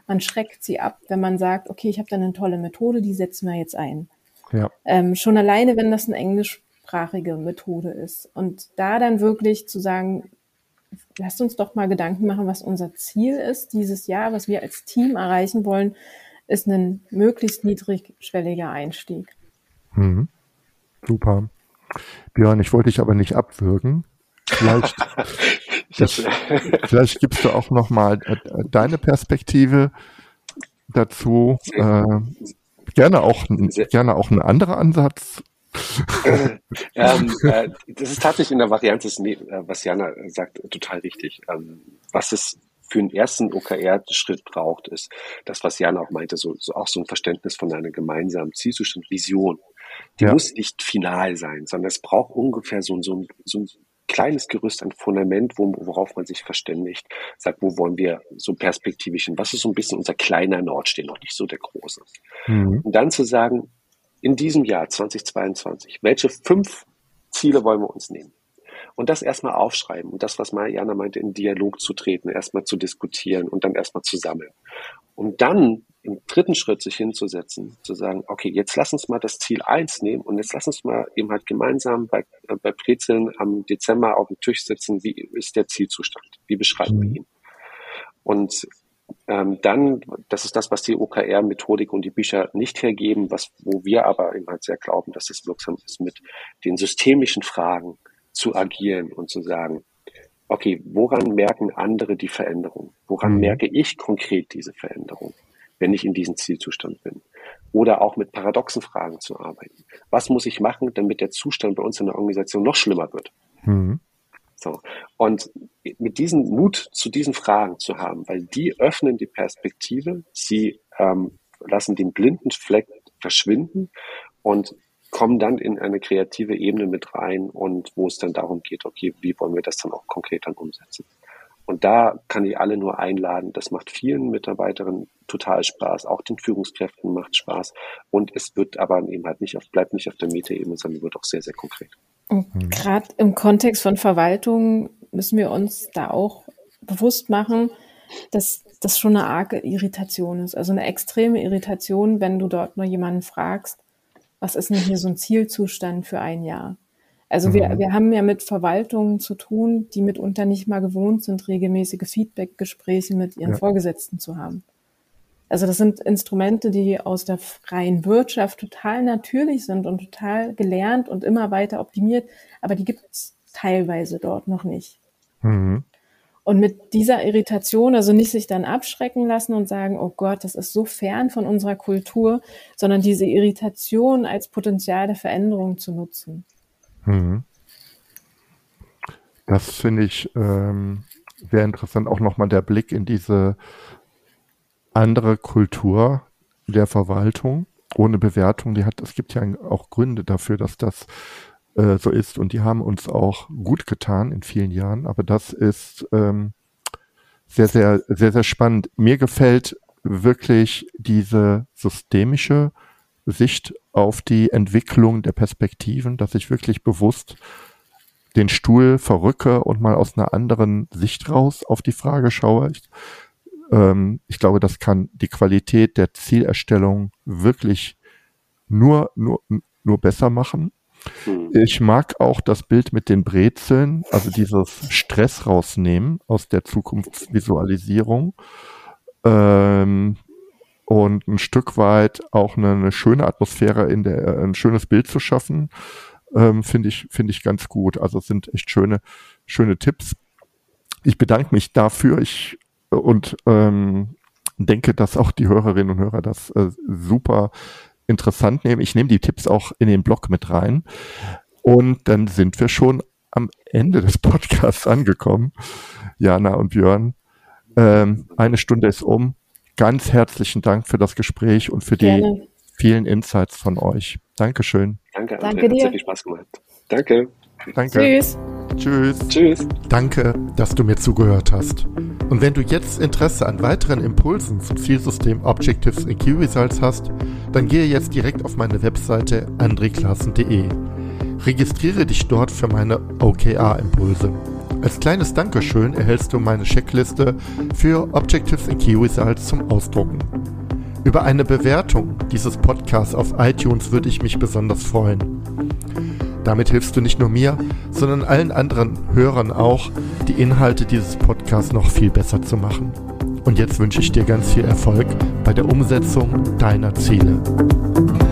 man schreckt sie ab, wenn man sagt, okay, ich habe da eine tolle Methode, die setzen wir jetzt ein. Ja. Ähm, schon alleine, wenn das eine englischsprachige Methode ist. Und da dann wirklich zu sagen, lasst uns doch mal Gedanken machen, was unser Ziel ist dieses Jahr, was wir als Team erreichen wollen, ist ein möglichst niedrigschwelliger Einstieg. Mhm. Super. Björn, ich wollte dich aber nicht abwürgen. Vielleicht, ich, vielleicht gibst du auch noch mal deine Perspektive dazu. Äh, gerne auch, gerne auch ein anderer Ansatz. ähm, äh, das ist tatsächlich in der Variante, was Jana sagt, total richtig. Ähm, was es für den ersten O K R-Schritt braucht, ist das, was Jana auch meinte, so, so auch so ein Verständnis von einer gemeinsamen Zielzustand, Vision. Die ja. muss nicht final sein, sondern es braucht ungefähr so, so, so ein kleines Gerüst, ein Fundament, wo, worauf man sich verständigt, sagt, wo wollen wir so perspektivisch hin, was ist so ein bisschen unser kleiner Nordstern, noch nicht so der große. Mhm. Und dann zu sagen, in diesem Jahr zweitausendzweiundzwanzig, welche fünf Ziele wollen wir uns nehmen? Und das erstmal aufschreiben und das, was Mariana meinte, in Dialog zu treten, erstmal zu diskutieren und dann erstmal zu sammeln. Und dann im dritten Schritt sich hinzusetzen, zu sagen, okay, jetzt lass uns mal das Ziel eins nehmen und jetzt lass uns mal eben halt gemeinsam bei, äh, bei Brezeln am Dezember auf dem Tisch sitzen, wie ist der Zielzustand? Wie beschreiben mhm. wir ihn? Und ähm, dann, das ist das, was die O K R-Methodik und die Bücher nicht hergeben, was, wo wir aber eben halt sehr glauben, dass es wirksam ist, mit den systemischen Fragen zu agieren und zu sagen, okay, woran merken andere die Veränderung? Woran mhm. merke ich konkret diese Veränderung, wenn ich in diesem Zielzustand bin? Oder auch mit paradoxen Fragen zu arbeiten. Was muss ich machen, damit der Zustand bei uns in der Organisation noch schlimmer wird? Mhm. So. Und mit diesem Mut zu diesen Fragen zu haben, weil die öffnen die Perspektive, sie ähm, lassen den blinden Fleck verschwinden und kommen dann in eine kreative Ebene mit rein und wo es dann darum geht, okay, wie wollen wir das dann auch konkret dann umsetzen? Und da kann ich alle nur einladen. Das macht vielen Mitarbeiterinnen total Spaß. Auch den Führungskräften macht Spaß. Und es wird aber eben halt nicht auf, bleibt nicht auf der Metaebene, sondern wird auch sehr, sehr konkret. Und gerade im Kontext von Verwaltung müssen wir uns da auch bewusst machen, dass das schon eine arge Irritation ist. Also eine extreme Irritation, wenn du dort nur jemanden fragst, was ist denn hier so ein Zielzustand für ein Jahr? Also wir, wir haben ja mit Verwaltungen zu tun, die mitunter nicht mal gewohnt sind, regelmäßige Feedback-Gespräche mit ihren ja. Vorgesetzten zu haben. Also das sind Instrumente, die aus der freien Wirtschaft total natürlich sind und total gelernt und immer weiter optimiert, aber die gibt es teilweise dort noch nicht. Mhm. Und mit dieser Irritation, also nicht sich dann abschrecken lassen und sagen, oh Gott, das ist so fern von unserer Kultur, sondern diese Irritation als Potenzial der Veränderung zu nutzen. Das finde ich ähm, sehr interessant, auch nochmal der Blick in diese andere Kultur der Verwaltung ohne Bewertung. Die hat, es gibt ja auch Gründe dafür, dass das äh, so ist und die haben uns auch gut getan in vielen Jahren, aber das ist ähm, sehr, sehr, sehr, sehr spannend. Mir gefällt wirklich diese systemische Sicht auf die Entwicklung der Perspektiven, dass ich wirklich bewusst den Stuhl verrücke und mal aus einer anderen Sicht raus auf die Frage schaue. Ich, ähm, ich glaube, das kann die Qualität der Zielerstellung wirklich nur, nur, nur besser machen. Ich mag auch das Bild mit den Brezeln, also dieses Stress rausnehmen aus der Zukunftsvisualisierung. Ähm, und ein Stück weit auch eine, eine schöne Atmosphäre in der, ein schönes Bild zu schaffen, ähm, finde ich, finde ich ganz gut. Also es sind echt schöne, schöne Tipps. Ich bedanke mich dafür. Ich, und, ähm, denke, dass auch die Hörerinnen und Hörer das äh, super interessant nehmen. Ich nehme die Tipps auch in den Blog mit rein. Und dann sind wir schon am Ende des Podcasts angekommen. Jana und Björn. Ähm, eine Stunde ist um. Ganz herzlichen Dank für das Gespräch und für Gerne. die vielen Insights von euch. Dankeschön. Danke, André. Danke dir. Hat sehr viel Spaß gemacht. Danke. Danke. Tschüss. Tschüss. Tschüss. Danke, dass du mir zugehört hast. Und wenn du jetzt Interesse an weiteren Impulsen zum Zielsystem Objectives and Key Results hast, dann gehe jetzt direkt auf meine Webseite andre claassen punkt de. Registriere dich dort für meine O K R-Impulse. Als kleines Dankeschön erhältst du meine Checkliste für Objectives and Key Results zum Ausdrucken. Über eine Bewertung dieses Podcasts auf iTunes würde ich mich besonders freuen. Damit hilfst du nicht nur mir, sondern allen anderen Hörern auch, die Inhalte dieses Podcasts noch viel besser zu machen. Und jetzt wünsche ich dir ganz viel Erfolg bei der Umsetzung deiner Ziele.